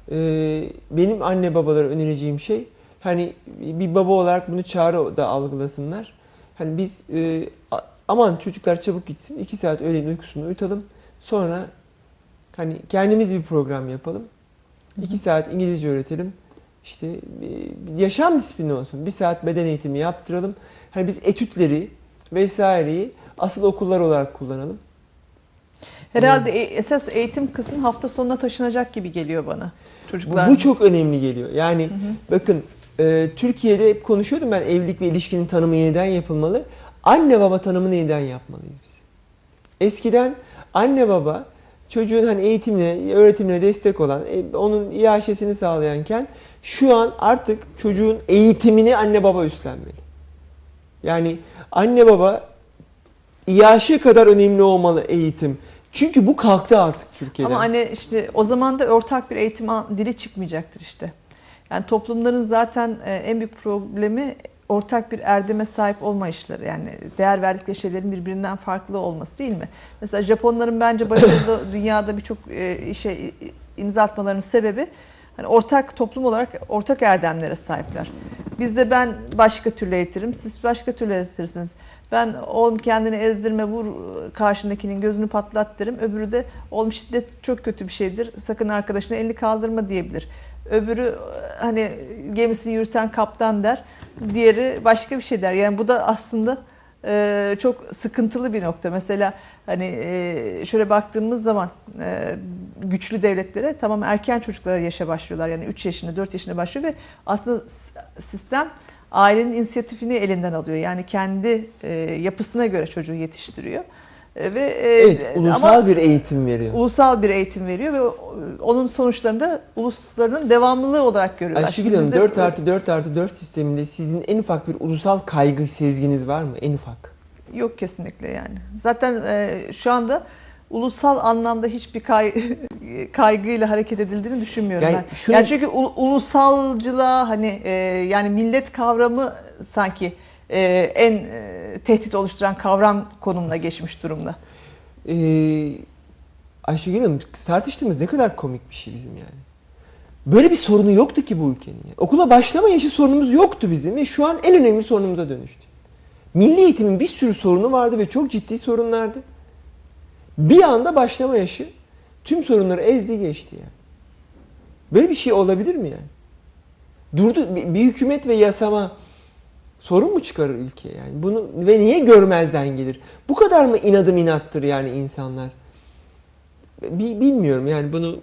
Benim anne babalara önereceğim şey, hani bir baba olarak bunu çağrı da algılasınlar. Hani biz aman çocuklar çabuk gitsin, 2 saat öğlen uykusunu uyutalım. Sonra hani kendimiz bir program yapalım. 2 saat İngilizce öğretelim. İşte yaşam disiplini olsun. 1 saat beden eğitimi yaptıralım. Hani biz etütleri vesaireyi asıl okullar olarak kullanalım. Herhalde esas eğitim kısmı hafta sonuna taşınacak gibi geliyor bana. Çocuklar. Bu çok önemli geliyor. Yani bakın Türkiye'de hep konuşuyordum ben, evlilik ve ilişkinin tanımı yeniden yapılmalı. Anne baba tanımını yeniden yapmalıyız biz. Eskiden anne baba çocuğun hani eğitimine, öğretimine destek olan, onun iaşesini sağlayanken şu an artık çocuğun eğitimini anne baba üstlenmeli. Yani anne baba iaşe kadar önemli olmalı eğitim. Çünkü bu kalktı artık Türkiye'den. Ama hani işte o zaman da ortak bir eğitim dili çıkmayacaktır işte. Yani toplumların zaten en büyük problemi ortak bir erdeme sahip olmayışları. Yani değer verdikleri şeylerin birbirinden farklı olması değil mi? Mesela Japonların bence başarılı dünyada birçok işe imza atmalarının sebebi hani ortak toplum olarak ortak erdemlere sahipler. Bizde ben başka türlü eğitirim, siz başka türlü eğitirsiniz. Ben oğlum kendini ezdirme, vur karşındakinin gözünü patlat derim. Öbürü de oğlum şiddet çok kötü bir şeydir, sakın arkadaşına elini kaldırma diyebilir. Öbürü hani gemisini yürüten kaptan der, diğeri başka bir şey der. Yani bu da aslında çok sıkıntılı bir nokta. Mesela hani şöyle baktığımız zaman güçlü devletlere tamam erken çocuklara yaşa başlıyorlar. Yani 3 yaşında 4 yaşında başlıyor ve aslında sistem ailenin inisiyatifini elinden alıyor. Yani kendi yapısına göre çocuğu yetiştiriyor. Evet, ulusal bir eğitim veriyor. Ulusal bir eğitim veriyor ve onun sonuçlarında uluslarının devamlılığı olarak görüyorlar. Ayşegül Hanım 4+4+4 sisteminde sizin en ufak bir ulusal kaygı sezginiz var mı? En ufak. Yok kesinlikle yani. Zaten şu anda ulusal anlamda hiçbir kaygıyla hareket edildiğini düşünmüyorum Yani ben. şöyle- Yani çünkü ulusalcılığa hani yani millet kavramı sanki en tehdit oluşturan kavram konumuna geçmiş durumda. Ayşegül Hanım tartıştığımız ne kadar komik bir şey bizim yani. Böyle bir sorunu yoktu ki bu ülkenin. Yani. Okula başlama yaşı sorunumuz yoktu bizim ve şu an en önemli sorunumuza dönüştü. Milli eğitimin bir sürü sorunu vardı ve çok ciddi sorunlardı. Bir anda başlama yaşı tüm sorunları ezdi geçti yani. Böyle bir şey olabilir mi yani? Durdu bir hükümet ve yasama sorun mu çıkarır ülkeye yani? Bunu ve niye görmezden gelir? Bu kadar mı inadım inattır yani insanlar? Bilmiyorum yani bunu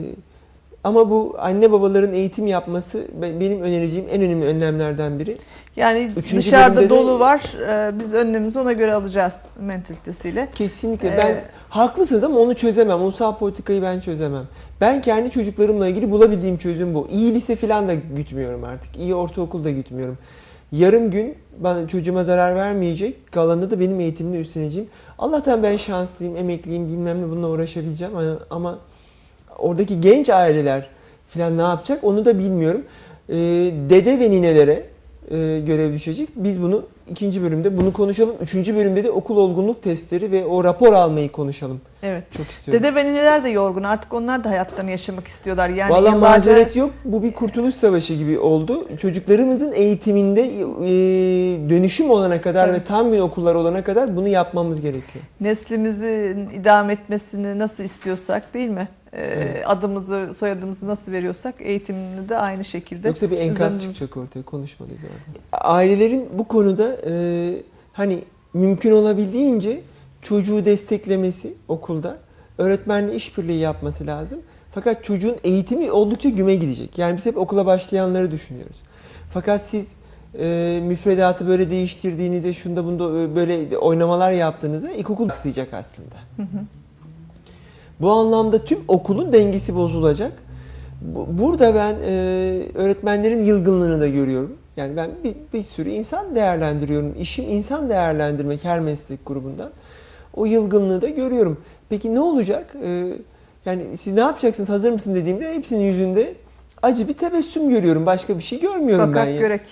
ama bu anne babaların eğitim yapması benim önereceğim en önemli önlemlerden biri. Yani Üçüncü dışarıda bölümde de- dolu var, biz önlemimizi ona göre alacağız mentalitesiyle. Kesinlikle ben haklısınız ama onu çözemem. Ulusal politikayı ben çözemem. Ben kendi çocuklarımla ilgili bulabildiğim çözüm bu. İyi lise falan da gütmüyorum artık. İyi ortaokul da gütmüyorum. Yarım gün bana çocuğuma zarar vermeyecek. Kalanında da benim eğitimini üstleneceğim. Allah'tan ben şanslıyım, emekliyim, bilmem ne bununla uğraşabileceğim ama oradaki genç aileler falan ne yapacak onu da bilmiyorum. Dede ve ninelere görev düşecek. Biz bunu 2. bölümde bunu konuşalım. 3. bölümde de okul olgunluk testleri ve o rapor almayı konuşalım. Evet. Çok istiyorum. Dede ve nineler de yorgun. Artık onlar da hayatlarını yaşamak istiyorlar. Yani Vallahi yıllarca- mazeret yok. Bu bir kurtuluş savaşı gibi oldu. Çocuklarımızın eğitiminde dönüşüm olana kadar Tabii. ve tam gün okullar olana kadar bunu yapmamız gerekiyor. neslimizin idame etmesini nasıl istiyorsak değil mi? Evet. Adımızı, soyadımızı nasıl veriyorsak eğitimini de aynı şekilde. Yoksa bir enkaz üzerine- çıkacak ortaya. Konuşmalıyız orada. Ailelerin bu konuda hani mümkün olabildiğince çocuğu desteklemesi okulda, öğretmenle işbirliği yapması lazım. Fakat çocuğun eğitimi oldukça güme gidecek. Yani biz hep okula başlayanları düşünüyoruz. Fakat siz müfredatı böyle değiştirdiğinizde, şunda bunda böyle oynamalar yaptığınızda ilkokul aksayacak aslında. Bu anlamda tüm okulun dengesi bozulacak. Burada ben öğretmenlerin yılgınlığını da görüyorum. Yani ben bir sürü insan değerlendiriyorum. İşim insan değerlendirmek her meslek grubundan. O yılgınlığı da görüyorum. Peki ne olacak? Yani siz ne yapacaksınız, hazır mısın dediğimde hepsinin yüzünde acı bir tebessüm görüyorum. Başka bir şey görmüyorum Fakat ben. Yani. görek.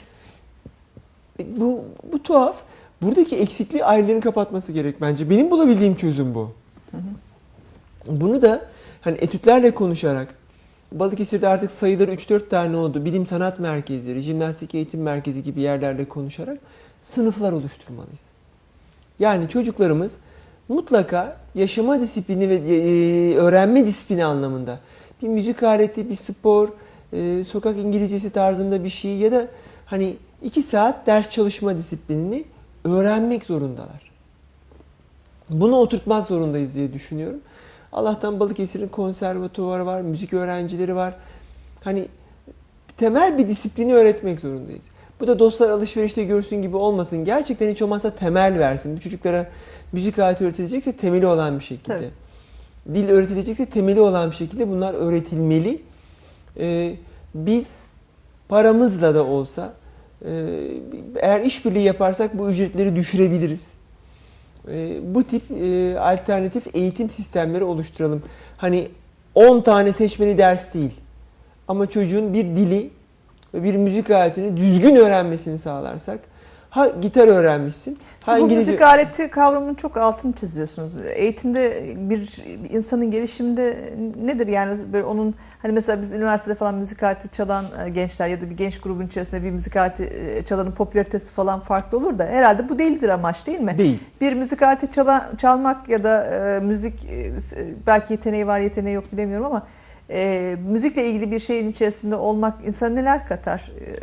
Bu tuhaf. Buradaki eksikliği ailelerin kapatması gerek bence. Benim bulabildiğim çözüm bu. Bunu da hani etütlerle konuşarak, Balıkesir'de artık sayıları 3-4 tane oldu. Bilim sanat merkezleri, jimnastik eğitim merkezi gibi yerlerle konuşarak sınıflar oluşturmalıyız. Yani çocuklarımız mutlaka yaşama disiplini ve öğrenme disiplini anlamında bir müzik aleti, bir spor, sokak İngilizcesi tarzında bir şey ya da hani 2 saat ders çalışma disiplinini öğrenmek zorundalar. Bunu oturtmak zorundayız diye düşünüyorum. Allah'tan Balıkesir'in konservatuvarı var, müzik öğrencileri var. Hani temel bir disiplini öğretmek zorundayız. Bu da dostlar alışverişte görsün gibi olmasın. Gerçekten hiç olmazsa temel versin. Bu çocuklara müzik aleti öğretilecekse temeli olan bir şekilde. Tabii. Dil öğretilecekse temeli olan bir şekilde bunlar öğretilmeli. Biz paramızla da olsa eğer işbirliği yaparsak bu ücretleri düşürebiliriz. Bu tip alternatif eğitim sistemleri oluşturalım. Hani 10 tane seçmeli ders değil. Ama çocuğun bir dili ve bir müzik aletini düzgün öğrenmesini sağlarsak, ha gitar öğrenmişsin, ha Siz bu İngilizce... müzik aleti kavramının çok altını çiziyorsunuz. Eğitimde bir insanın gelişiminde nedir yani böyle onun hani mesela biz üniversitede falan müzik aleti çalan gençler ya da bir genç grubun içerisinde bir müzik aleti çalanın popülaritesi falan farklı olur da herhalde bu değildir amaç değil mi? Değil. Bir müzik aleti çalmak ya da müzik belki yeteneği var yeteneği yok bilemiyorum ama müzikle ilgili bir şeyin içerisinde olmak insana neler katar?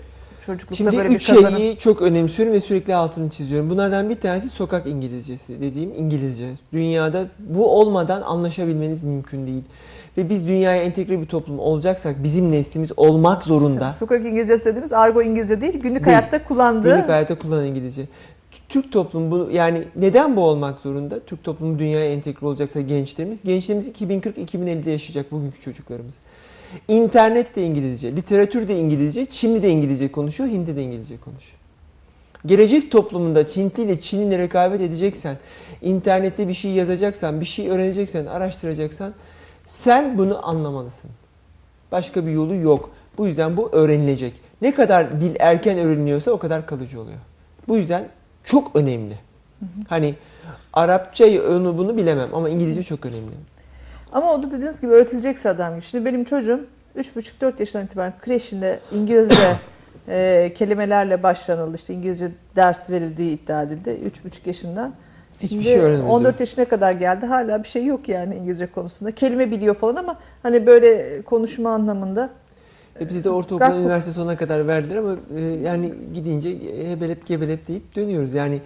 Çocuklukta Şimdi böyle bir 3 kazanım. şeyi çok önemsiyorum ve sürekli altını çiziyorum. Bunlardan bir tanesi sokak İngilizcesi dediğim İngilizce. Dünyada bu olmadan anlaşabilmeniz mümkün değil. Ve biz dünyaya entegre bir toplum olacaksak bizim neslimiz olmak zorunda. Sokak İngilizcesi dediğimiz argo İngilizce değil, günlük Değil. hayatta kullandığı. Günlük hayatta kullanılan İngilizce. Türk toplumu bunu, yani neden bu olmak zorunda? Türk toplumu dünyaya entegre olacaksa gençlerimiz 2040-2050'de yaşayacak bugünkü çocuklarımız. İnternet de İngilizce, literatür de İngilizce, Çinli de İngilizce konuşuyor, Hindi de İngilizce konuşuyor. Gelecek toplumunda Hintli ile Çinli rekabet edeceksen, internette bir şey yazacaksan, bir şey öğreneceksen, araştıracaksan sen bunu anlamalısın. Başka bir yolu yok. Bu yüzden bu öğrenilecek. Ne kadar dil erken öğreniliyorsa o kadar kalıcı oluyor. Bu yüzden çok önemli. Hani Arapçayı onu bunu bilemem ama İngilizce çok önemli. Ama o da dediğiniz gibi öğretilecekse adam gibi. Şimdi benim çocuğum 3,5-4 yaşından itibaren kreşinde İngilizce kelimelerle başlanıldı. İşte İngilizce ders verildiği iddia edildi 3,5 yaşından. Hiçbir Şimdi şey öğrenemedi. 14 yaşına kadar geldi. Hala bir şey yok yani İngilizce konusunda. Kelime biliyor falan ama hani böyle konuşma anlamında. Bizi de ortaokul, üniversite sonuna kadar verdiler ama yani gidince hebelep gebelep deyip dönüyoruz. Yani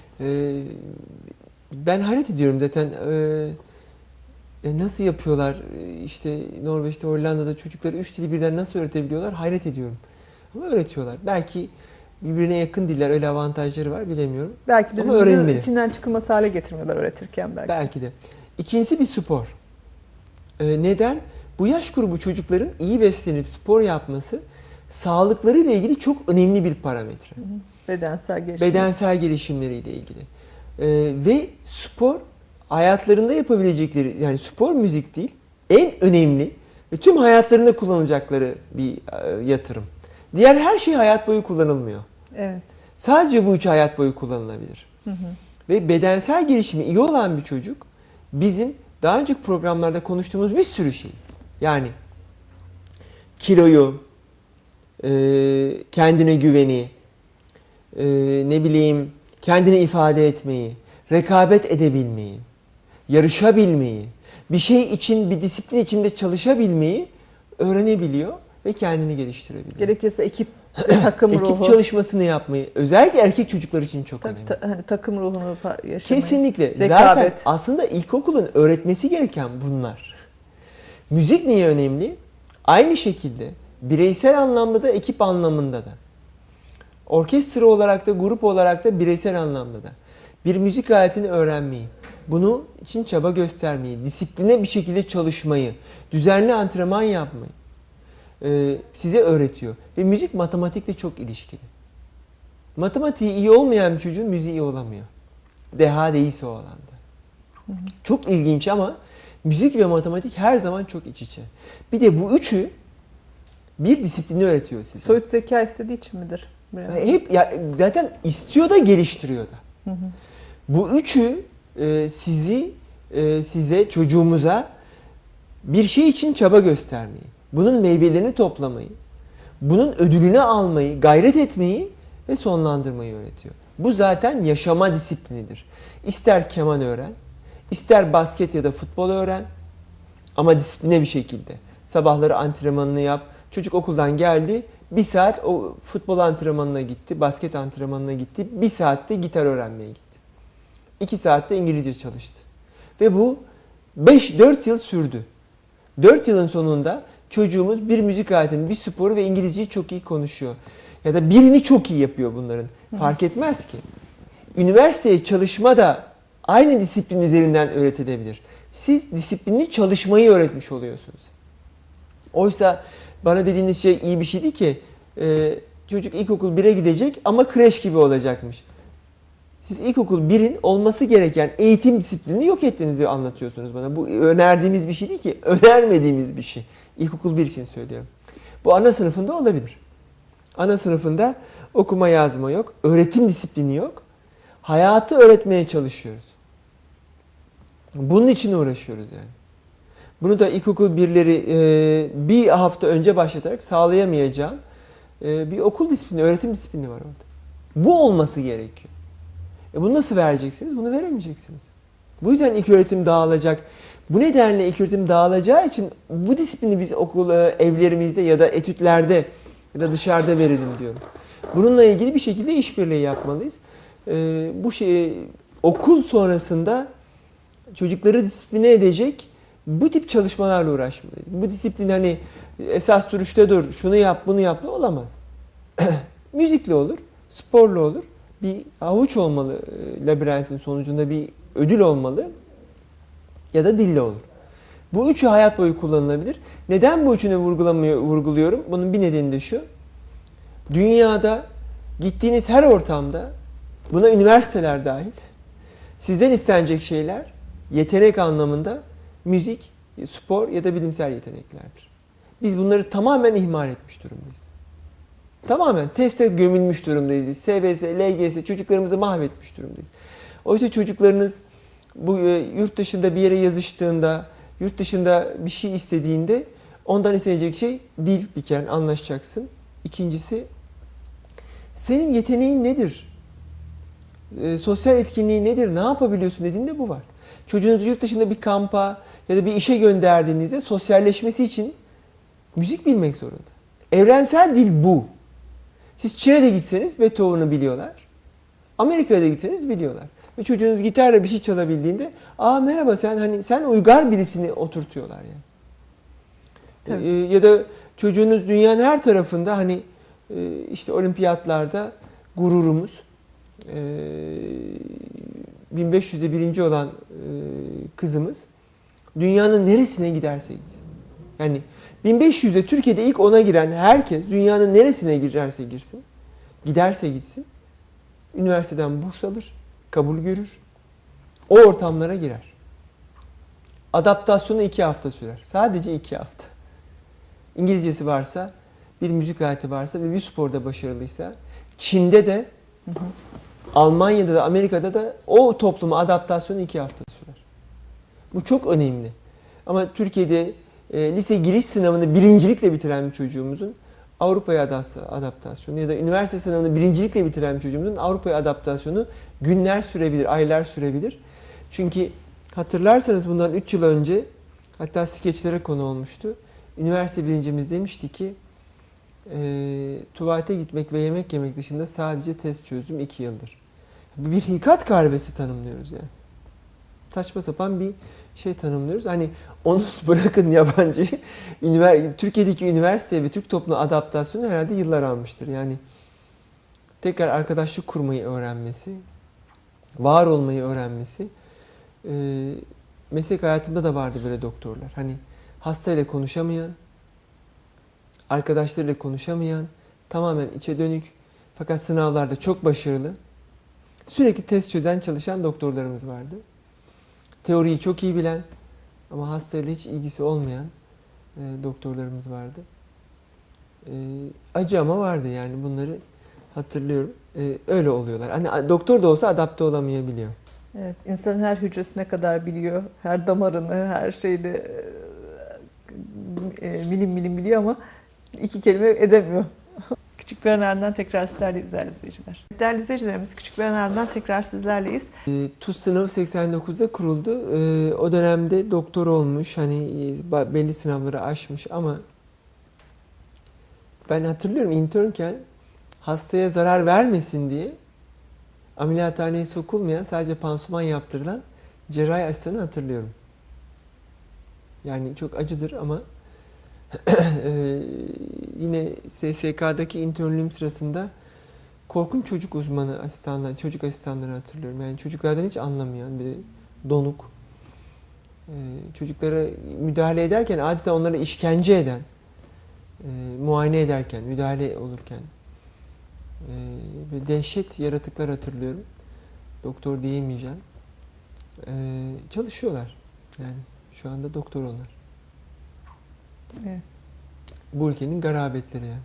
ben hayret ediyorum zaten. Nasıl yapıyorlar işte Norveç'te, Hollanda'da çocukları 3 dili birden nasıl öğretebiliyorlar hayret ediyorum. Ama öğretiyorlar. Belki birbirine yakın diller, öyle avantajları var bilemiyorum. Belki bizim ama öğrenilmeli. içinden çıkılmaz hale getirmiyorlar öğretirken belki. Belki de. İkincisi bir spor. Neden? Bu yaş grubu çocukların iyi beslenip spor yapması sağlıklarıyla ilgili çok önemli bir parametre. Bedensel gelişim. Bedensel gelişimleriyle ilgili. Ve spor hayatlarında yapabilecekleri, yani spor müzik değil, en önemli ve tüm hayatlarında kullanacakları bir yatırım. Diğer her şey hayat boyu kullanılmıyor. Evet. Sadece bu üç hayat boyu kullanılabilir. Ve bedensel gelişimi iyi olan bir çocuk bizim daha önceki programlarda konuştuğumuz bir sürü şey. Yani kiloyu, kendine güveni, ne bileyim kendini ifade etmeyi, rekabet edebilmeyi, yarışabilmeyi, bir şey için, bir disiplin içinde çalışabilmeyi öğrenebiliyor ve kendini geliştirebiliyor. Gerekirse ekip takım ruhu. Ekip çalışmasını yapmayı, özellikle erkek çocuklar için çok önemli. Hani takım ruhunu yaşamayı. Kesinlikle. Rekabet. Zaten aslında ilkokulun öğretmesi gereken bunlar. Müzik niye önemli? Aynı şekilde bireysel anlamda da ekip anlamında da. Orkestra olarak da grup olarak da bireysel anlamda da. Bir müzik aletini öğrenmeyi, bunu için çaba göstermeyi, disipline bir şekilde çalışmayı, düzenli antrenman yapmayı size öğretiyor. Ve müzik matematikle çok ilişkili. Matematiği iyi olmayan bir çocuğun müziği iyi olamıyor. Deha değilse o alanda. Çok ilginç ama müzik ve matematik her zaman çok iç içe. Bir de bu üçü bir disiplini öğretiyor size. Soyut zeka istediği için midir? Hep ya, zaten istiyor da geliştiriyor da. Bu üçü size, çocuğumuza bir şey için çaba göstermeyi, bunun meyvelerini toplamayı, bunun ödülünü almayı, gayret etmeyi ve sonlandırmayı öğretiyor. Bu zaten yaşama disiplinidir. İster keman öğren, ister basket ya da futbol öğren ama disipline bir şekilde. Sabahları antrenmanını yap. Çocuk okuldan geldi, 1 saat o futbol antrenmanına gitti, basket antrenmanına gitti, 1 saatte gitar öğrenmeye gitti. 2 saatte İngilizce çalıştı. Ve bu 4 yıl sürdü. 4 yılın sonunda çocuğumuz bir müzik aletini, bir sporu ve İngilizceyi çok iyi konuşuyor. Ya da birini çok iyi yapıyor bunların. Fark etmez ki. Üniversiteye çalışma da aynı disiplin üzerinden öğretilebilir. Siz disiplinli çalışmayı öğretmiş oluyorsunuz. Oysa bana dediğiniz şey iyi bir şey değil ki. Çocuk ilkokul 1'e gidecek ama kreş gibi olacakmış. Siz ilkokul 1'in olması gereken eğitim disiplinini yok ettiğinizi anlatıyorsunuz bana. Bu önerdiğimiz bir şey değil ki, önermediğimiz bir şey. İlkokul 1 için söylüyorum. Bu ana sınıfında olabilir. Ana sınıfında okuma yazma yok, öğretim disiplini yok. Hayatı öğretmeye çalışıyoruz. Bunun için uğraşıyoruz yani. Bunu da ilkokul 1'leri bir hafta önce başlatarak sağlayamayacağın bir okul disiplini, öğretim disiplini var orada. Bu olması gerekiyor. Bunu nasıl vereceksiniz? Bunu veremeyeceksiniz. Bu yüzden ilköğretim dağılacak. Bu nedenle ilköğretim dağılacağı için bu disiplini biz okul evlerimizde ya da etütlerde ya da dışarıda verelim diyorum. Bununla ilgili bir şekilde işbirliği yapmalıyız. Bu okul sonrasında çocukları disipline edecek bu tip çalışmalarla uğraşmalıyız. Bu disiplin hani esas duruşta dur, şunu yap, bunu yap da olamaz. Müzikle olur, sporla olur. Bir havuç olmalı labirentin sonucunda, bir ödül olmalı ya da dille olur. Bu üçü hayat boyu kullanılabilir. Neden bu üçünü vurguluyorum? Bunun bir nedeni de şu. Dünyada gittiğiniz her ortamda, buna üniversiteler dahil, sizden istenecek şeyler yetenek anlamında müzik, spor ya da bilimsel yeteneklerdir. Biz bunları tamamen ihmal etmiş durumdayız. Tamamen teste gömülmüş durumdayız biz. SBS, LGS çocuklarımızı mahvetmiş durumdayız. Oysa çocuklarınız bu yurt dışında bir yere yazıştığında, yurt dışında bir şey istediğinde ondan isteyecek şey dil, bir kere anlaşacaksın. İkincisi, senin yeteneğin nedir? Sosyal etkinliği nedir? Ne yapabiliyorsun dediğinde bu var. Çocuğunuzu yurt dışında bir kampa ya da bir işe gönderdiğinizde sosyalleşmesi için müzik bilmek zorunda. Evrensel dil bu. Siz Çin'e gitseniz Beethoven'ı biliyorlar. Amerika'ya da gitseniz biliyorlar. Ve çocuğunuz gitarla bir şey çalabildiğinde, aa merhaba sen uygar birisini oturtuyorlar yani. Ya da çocuğunuz dünyanın her tarafında işte olimpiyatlarda gururumuz 1500'de birinci olan kızımız dünyanın neresine giderse gitsin. Yani 1500'de Türkiye'de ilk 10'a giren herkes dünyanın neresine girerse girsin, giderse gitsin, üniversiteden burs alır, kabul görür, o ortamlara girer. Adaptasyonu 2 hafta sürer. Sadece 2 hafta. İngilizcesi varsa, bir müzik aleti varsa ve bir sporda başarılıysa, Çin'de de, Almanya'da da, Amerika'da da o topluma adaptasyonu 2 hafta sürer. Bu çok önemli. Ama Türkiye'de lise giriş sınavını birincilikle bitiren bir çocuğumuzun Avrupa'ya adaptasyonu ya da üniversite sınavını birincilikle bitiren bir çocuğumuzun Avrupa'ya adaptasyonu günler sürebilir, aylar sürebilir. Çünkü hatırlarsanız bundan 3 yıl önce, hatta skeçlere konu olmuştu. Üniversite birincimiz demişti ki tuvalete gitmek ve yemek yemek dışında sadece test çözdüm 2 yıldır. Bir hikat kahvesi tanımlıyoruz yani. Saçma sapan bir şey tanımlıyoruz. Hani onu bırakın yabancı, Türkiye'deki üniversite ve Türk toplumuna adaptasyonu herhalde yıllar almıştır. Yani tekrar arkadaşlık kurmayı öğrenmesi, var olmayı öğrenmesi. Meslek hayatımda da vardı böyle doktorlar. Hani hastayla konuşamayan, arkadaşlarıyla konuşamayan, tamamen içe dönük fakat sınavlarda çok başarılı, sürekli test çözen, çalışan doktorlarımız vardı. Teoriyi çok iyi bilen ama hastayla hiç ilgisi olmayan doktorlarımız vardı. Acı ama vardı yani, bunları hatırlıyorum. Öyle oluyorlar. Hani doktor da olsa adapte olamayabiliyor. Evet, insanın her hücresine kadar biliyor, her damarını, her şeyini milim milim biliyor ama 2 kelime edemiyor. Küçük bir ardından tekrar sizlerleyiz değerli izleyiciler. Değerli izleyicilerimiz, küçük bir ardından tekrar sizlerleyiz. TUS sınavı 89'da kuruldu. O dönemde doktor olmuş, belli sınavları aşmış ama ben hatırlıyorum internken hastaya zarar vermesin diye ameliyathaneye sokulmayan, sadece pansuman yaptırılan cerrahi asistanı hatırlıyorum. Yani çok acıdır ama yine SSK'daki internlüğüm sırasında korkunç çocuk uzmanı asistanlar, çocuk asistanları hatırlıyorum. Yani çocuklardan hiç anlamayan, bir donuk, çocuklara müdahale ederken adeta onlara işkence eden, muayene ederken, müdahale olurken dehşet yaratıklar hatırlıyorum. Doktor diyemeyeceğim. Çalışıyorlar. Yani şu anda doktor onlar. Evet. Bu ülkenin garabetleri yani.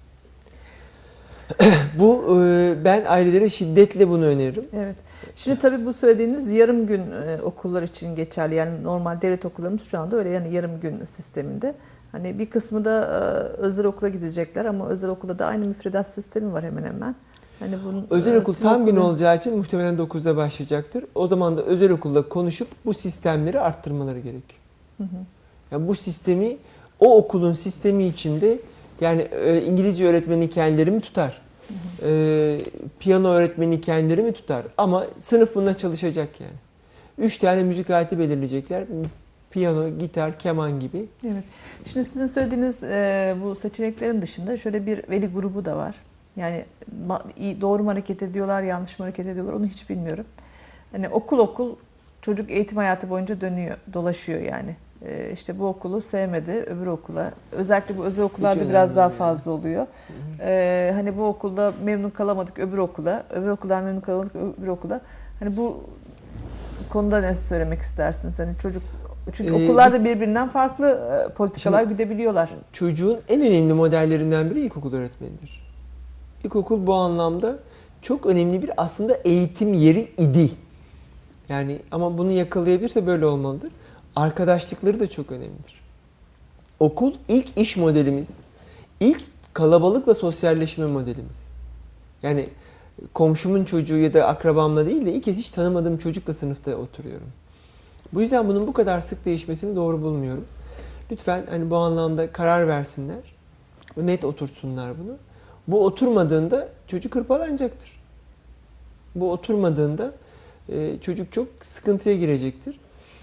Ben ailelere şiddetle bunu öneririm. Evet. Şimdi tabii bu söylediğiniz yarım gün okullar için geçerli. Yani normal devlet okullarımız şu anda öyle, yani yarım gün sisteminde. Hani bir kısmı da özel okula gidecekler ama özel okulda da aynı müfredat sistemi var hemen hemen. Hani bunun, özel okul tam gün olacağı için muhtemelen 9'da başlayacaktır. O zaman da özel okulda konuşup bu sistemleri arttırmaları gerekiyor. Yani bu sistemi, o okulun sistemi içinde, yani İngilizce öğretmeni kendileri mi tutar? piyano öğretmeni kendileri mi tutar? Ama sınıf bununla çalışacak yani. 3 tane müzik aleti belirleyecekler. Piyano, gitar, keman gibi. Evet. Şimdi sizin söylediğiniz bu seçeneklerin dışında şöyle bir veli grubu da var. Yani doğru mu hareket ediyorlar, yanlış mı hareket ediyorlar onu hiç bilmiyorum. Hani okul çocuk eğitim hayatı boyunca dolaşıyor yani. İşte bu okulu sevmedi, öbür okula. Özellikle bu özel okullarda biraz daha fazla oluyor. Hani bu okulda memnun kalamadık öbür okula, öbür okuldan memnun kalamadık öbür okula. Hani bu konuda ne söylemek istersiniz? Hani çünkü okullarda birbirinden farklı politikalar güdebiliyorlar. Çocuğun en önemli modellerinden biri ilkokul öğretmenidir. İlkokul bu anlamda çok önemli bir aslında eğitim yeri idi. Yani ama bunu yakalayabilirse böyle olmalıdır. Arkadaşlıkları da çok önemlidir. Okul ilk iş modelimiz, ilk kalabalıkla sosyalleşme modelimiz. Yani komşumun çocuğu ya da akrabamla değil de ilk kez hiç tanımadığım çocukla sınıfta oturuyorum. Bu yüzden bunun bu kadar sık değişmesini doğru bulmuyorum. Lütfen hani bu anlamda karar versinler, net oturtsunlar bunu. Bu oturmadığında çocuk hırpalanacaktır. Bu oturmadığında çocuk çok sıkıntıya girecektir.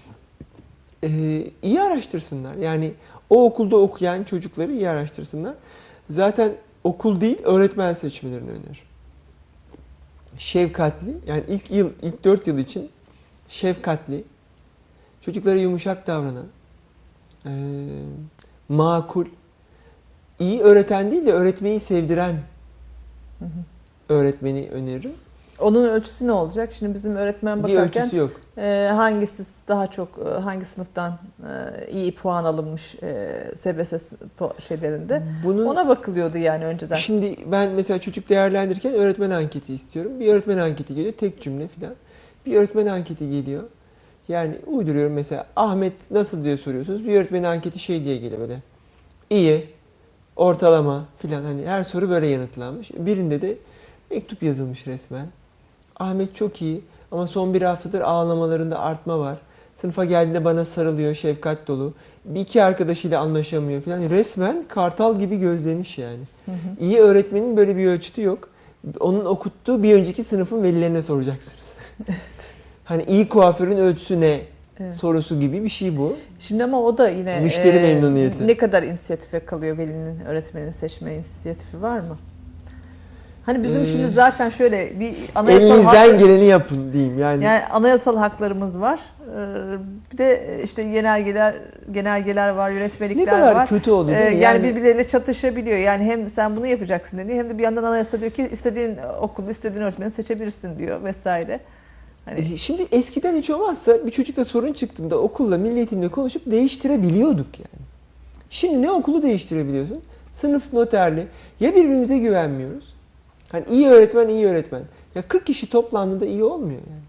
İyi araştırsınlar. Yani o okulda okuyan çocukları iyi araştırsınlar. Zaten okul değil, öğretmen seçmelerini öneririm. Şefkatli, yani ilk 4 yıl için şefkatli, çocuklara yumuşak davranan, makul, iyi öğreten değil de öğretmeyi sevdiren öğretmeni öneririm. Onun ölçüsü ne olacak? Şimdi bizim öğretmen Bir bakarken ölçüsü yok. Hangisi daha çok hangi sınıftan iyi puan alınmış SBS şeylerinde ona bakılıyordu yani önceden. Şimdi ben mesela çocuk değerlendirirken öğretmen anketi istiyorum. Bir öğretmen anketi geliyor, tek cümle falan. Bir öğretmen anketi geliyor. Yani uyduruyorum mesela Ahmet nasıl diye soruyorsunuz. Bir öğretmen anketi şey diye geliyor böyle. İyi, ortalama falan, hani her soru böyle yanıtlanmış. Birinde de mektup yazılmış resmen. Ahmet çok iyi ama son bir haftadır ağlamalarında artma var. Sınıfa geldiğinde bana sarılıyor, şefkat dolu. Bir iki arkadaşıyla anlaşamıyor falan. Resmen kartal gibi gözlemiş yani. İyi öğretmenin böyle bir ölçütü yok. Onun okuttuğu bir önceki sınıfın velilerine soracaksınız. Hani iyi kuaförün ölçüsü ne? Evet. Sorusu gibi bir şey bu. Şimdi ama o da yine müşteri memnuniyeti. Ne kadar inisiyatife kalıyor velinin, öğretmenin seçme inisiyatifi var mı? Hani bizim şimdi zaten şöyle bir elinizden geleni yapın diyeyim yani. Yani anayasal haklarımız var. Bir de işte genelgeler var, yönetmelikler var. Ne kadar kötü oldu değil mi? Yani birbirleriyle çatışabiliyor. Yani hem sen bunu yapacaksın deniyor hem de bir yandan anayasa diyor ki istediğin okulu, istediğin öğretmeni seçebilirsin diyor vesaire. Hani... Şimdi eskiden hiç olmazsa bir çocukla sorun çıktığında okulla, milli eğitimle konuşup değiştirebiliyorduk yani. Şimdi ne okulu değiştirebiliyorsun? Sınıf noterli. Ya birbirimize güvenmiyoruz. Hani iyi öğretmen, iyi öğretmen. Ya 40 kişi toplandığında iyi olmuyor yani.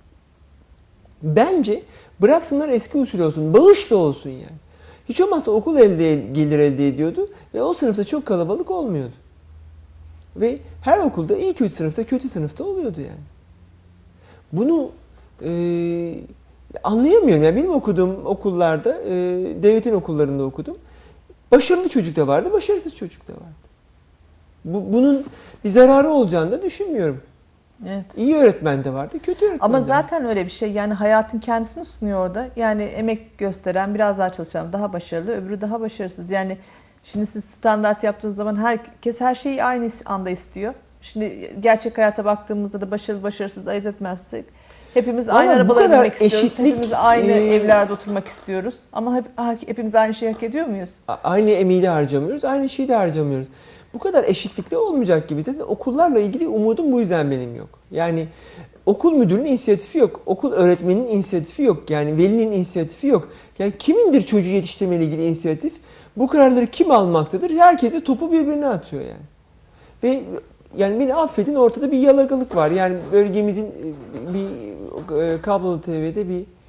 Bence bıraksınlar eski usul olsun, bağış da olsun yani. Hiç olmazsa okul gelir elde ediyordu ve o sınıfta çok kalabalık olmuyordu. Ve her okulda iyi kötü sınıfta, kötü sınıfta oluyordu yani. Bunu anlayamıyorum. Yani benim okuduğum okullarda, devletin okullarında okudum. Başarılı çocuk da vardı, başarısız çocuk da vardı. Bunun bir zararı olacağını da düşünmüyorum. Evet. İyi öğretmen de vardı, kötü öğretmen Ama de vardı. zaten öyle bir şey. Yani hayatın kendisini sunuyor orada. Yani emek gösteren, biraz daha çalışan daha başarılı, öbürü daha başarısız. Yani şimdi siz standart yaptığınız zaman herkes her şeyi aynı anda istiyor. Şimdi gerçek hayata baktığımızda da başarılı başarısız ayırt etmezsek hepimiz aynı arabalara binmek istiyoruz. Hepimiz aynı evlerde oturmak istiyoruz. Ama hepimiz aynı şeyi hak ediyor muyuz? Aynı emeği de harcamıyoruz, aynı şeyi de harcamıyoruz. Bu kadar eşitlikli olmayacak gibi. Zaten okullarla ilgili umudum bu yüzden benim yok. Yani okul müdürünün inisiyatifi yok. Okul öğretmeninin inisiyatifi yok. Yani velinin inisiyatifi yok. Yani kimindir çocuğu yetiştirmeyle ilgili inisiyatif? Bu kararları kim almaktadır? Herkes de topu birbirine atıyor yani. Ve yani beni affedin, ortada bir yalakalık var. Yani bölgemizin bir kablolu TV'de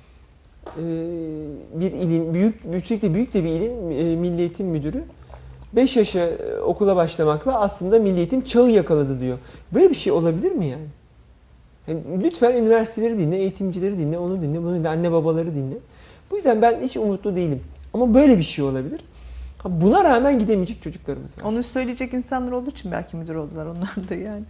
bir ilin, büyük de bir ilin milli eğitim müdürü 5 yaşa okula başlamakla aslında milli eğitim çağı yakaladı diyor. Böyle bir şey olabilir mi yani? Yani lütfen üniversiteleri dinle, eğitimcileri dinle, onu dinle, bunu dinle, anne babaları dinle. Bu yüzden ben hiç umutlu değilim. Ama böyle bir şey olabilir. Buna rağmen gidemeyecek çocuklarımız var. Onu söyleyecek insanlar olduğu için belki müdür oldular onlar da yani.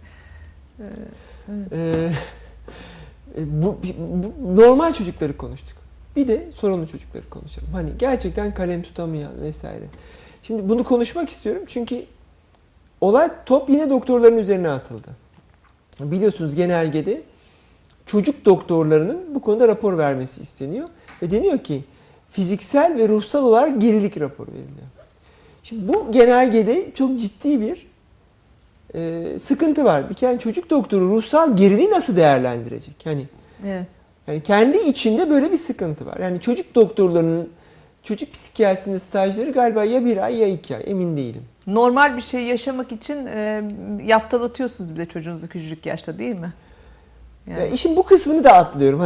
Bu normal çocukları konuştuk. Bir de sorunlu çocukları konuşalım. Hani gerçekten kalem tutamayan vesaire. Şimdi bunu konuşmak istiyorum çünkü top yine doktorların üzerine atıldı. Biliyorsunuz genelgede çocuk doktorlarının bu konuda rapor vermesi isteniyor. Ve deniyor ki fiziksel ve ruhsal olarak gerilik raporu veriliyor. Şimdi bu genelgede çok ciddi bir sıkıntı var. Bir kere çocuk doktoru ruhsal geriliği nasıl değerlendirecek? Evet. Yani kendi içinde böyle bir sıkıntı var. Yani çocuk doktorlarının çocuk psikiyatrisinde stajları galiba ya 1 ay ya 2 ay, emin değilim. Normal bir şey yaşamak için yaftalatıyorsunuz bir de çocuğunuzu küçücük yaşta, değil mi? Yani. Ya işin bu kısmını da atlıyorum.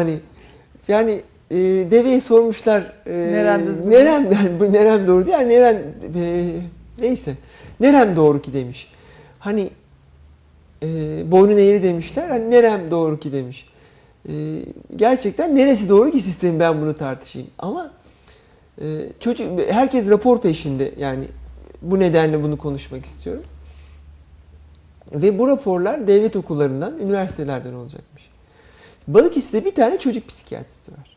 Deveye sormuşlar. Nerem doğru değil. Yani neyse. Nerem doğru ki demiş. Boynun eğri demişler. Nerem doğru ki demiş. Gerçekten neresi doğru ki sistemi, ben bunu tartışayım. Ama herkes rapor peşinde. Yani bu nedenle bunu konuşmak istiyorum. Ve bu raporlar devlet okullarından, üniversitelerden olacakmış. Balıkesir'de bir tane çocuk psikiyatristi var.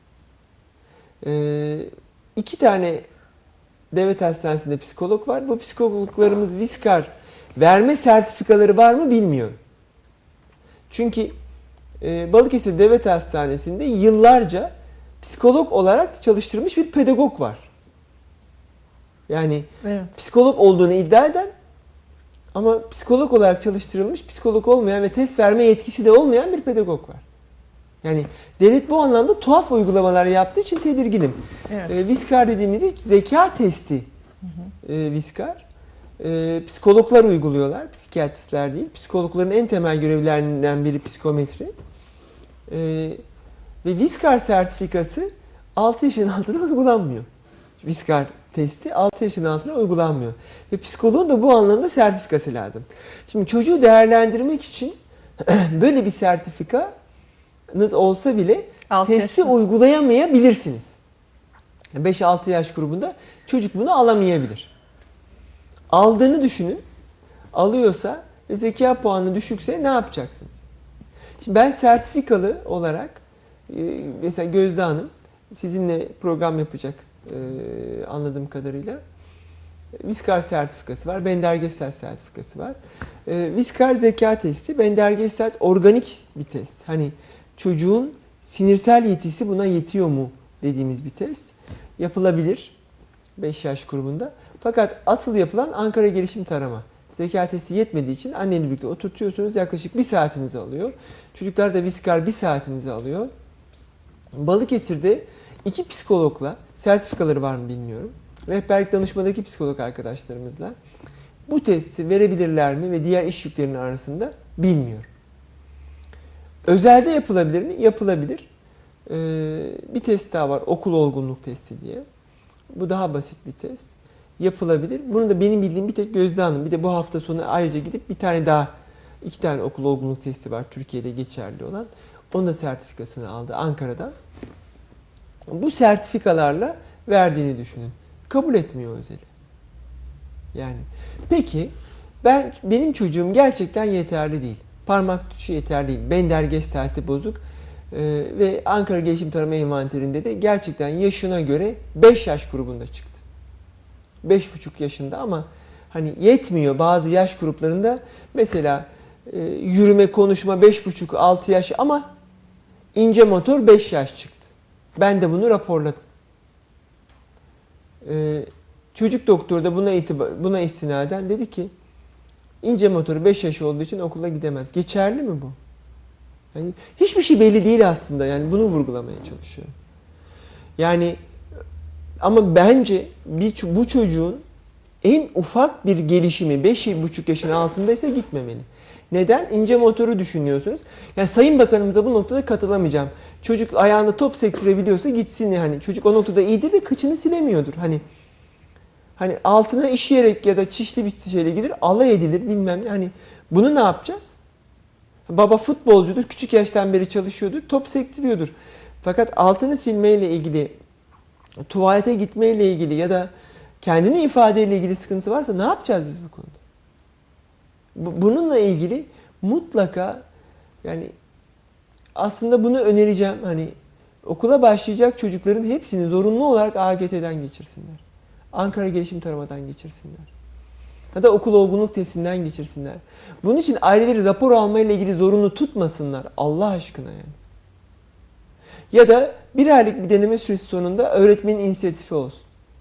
2 tane devlet hastanesinde psikolog var. Bu psikologlarımız Viskar verme sertifikaları var mı bilmiyorum. Çünkü Balıkesir Devlet Hastanesi'nde yıllarca psikolog olarak çalıştırılmış bir pedagog var. Yani evet, psikolog olduğunu iddia eden ama psikolog olarak çalıştırılmış, psikolog olmayan ve test verme yetkisi de olmayan bir pedagog var. Yani devlet bu anlamda tuhaf uygulamalar yaptığı için tedirginim. evet. Viskar dediğimizde zeka testi. Viskar. Psikologlar uyguluyorlar, psikiyatristler değil. Psikologların en temel görevlerinden biri psikometri. Ve Viskar sertifikası 6 yaşın altına uygulanmıyor. Viskar testi 6 yaşın altına uygulanmıyor. Ve psikoloğun da bu anlamda sertifikası lazım. Şimdi çocuğu değerlendirmek için böyle bir sertifikanız olsa bile testi uygulayamayabilirsiniz. 5-6 yaş grubunda çocuk bunu alamayabilir. Aldığını düşünün. Alıyorsa ve zeka puanı düşükse ne yapacaksınız? Şimdi ben sertifikalı olarak mesela Gözde Hanım sizinle program yapacak anladığım kadarıyla. Viskar sertifikası var. Bender-Gestalt sertifikası var. Viskar zeka testi, Bender-Gestalt organik bir test. Çocuğun sinirsel yetisi buna yetiyor mu dediğimiz bir test. Yapılabilir 5 yaş grubunda. Fakat asıl yapılan Ankara Gelişim Tarama. Zeka testi yetmediği için anneyle birlikte oturtuyorsunuz. Yaklaşık 1 saatinizi alıyor. Çocuklar da Viskar 1 saatinizi alıyor. Balıkesir'de 2 psikologla, sertifikaları var mı bilmiyorum, rehberlik danışmadaki psikolog arkadaşlarımızla bu testi verebilirler mi ve diğer iş yüklerinin arasında bilmiyorum. Özelde yapılabilir mi? Yapılabilir. Bir test daha var, okul olgunluk testi diye. Bu daha basit bir test. Yapılabilir. Bunu da benim bildiğim bir tek Gözde Hanım. Bir de bu hafta sonu ayrıca gidip bir tane daha, 2 tane okul olgunluk testi var Türkiye'de geçerli olan. Onun da sertifikasını aldı Ankara'dan. Bu sertifikalarla verdiğini düşünün. Kabul etmiyor özeli. Yani peki benim çocuğum gerçekten yeterli değil. Parmak tuşu yeterli değil. Bender-Gestalt'i bozuk. Ve Ankara Gelişim Tarama Envanteri'nde de gerçekten yaşına göre 5 yaş grubunda çıktı. 5,5 yaşında ama yetmiyor bazı yaş gruplarında. Mesela yürüme, konuşma 5,5-6 yaş ama ince motor 5 yaş çıktı. Ben de bunu raporladım. Çocuk doktoru da buna istinaden dedi ki ince motoru 5 yaş olduğu için okula gidemez. Geçerli mi bu? Hiçbir şey belli değil aslında. Bunu vurgulamaya çalışıyorum. Ama bence bu çocuğun en ufak bir gelişimi 5,5 yaşın altındaysa gitmemeli. Neden? İnce motoru düşünüyorsunuz. Sayın Bakanımıza bu noktada katılamayacağım. Çocuk ayağında top sektirebiliyorsa gitsin. Çocuk o noktada iyidir ve kıçını silemiyordur. Altına işeyerek ya da çişli bir şeyle gider, alay edilir bilmem ne. Bunu ne yapacağız? Baba futbolcudur, küçük yaştan beri çalışıyordur, top sektiriyordur. Fakat altını silmeyle ilgili, tuvalete gitmeyle ilgili ya da kendini ifadeyle ilgili sıkıntısı varsa ne yapacağız biz bu konuda? Bununla ilgili mutlaka, yani aslında bunu önereceğim. Hani okula başlayacak çocukların hepsini zorunlu olarak AGT'den geçirsinler. Ankara Gelişim Tarama'dan geçirsinler. Ya da okul olgunluk testinden geçirsinler. Bunun için aileleri rapor almayla ilgili zorunlu tutmasınlar. Allah aşkına yani. Ya da bir aylık bir deneme süresi sonunda öğretmenin inisiyatifi olsun.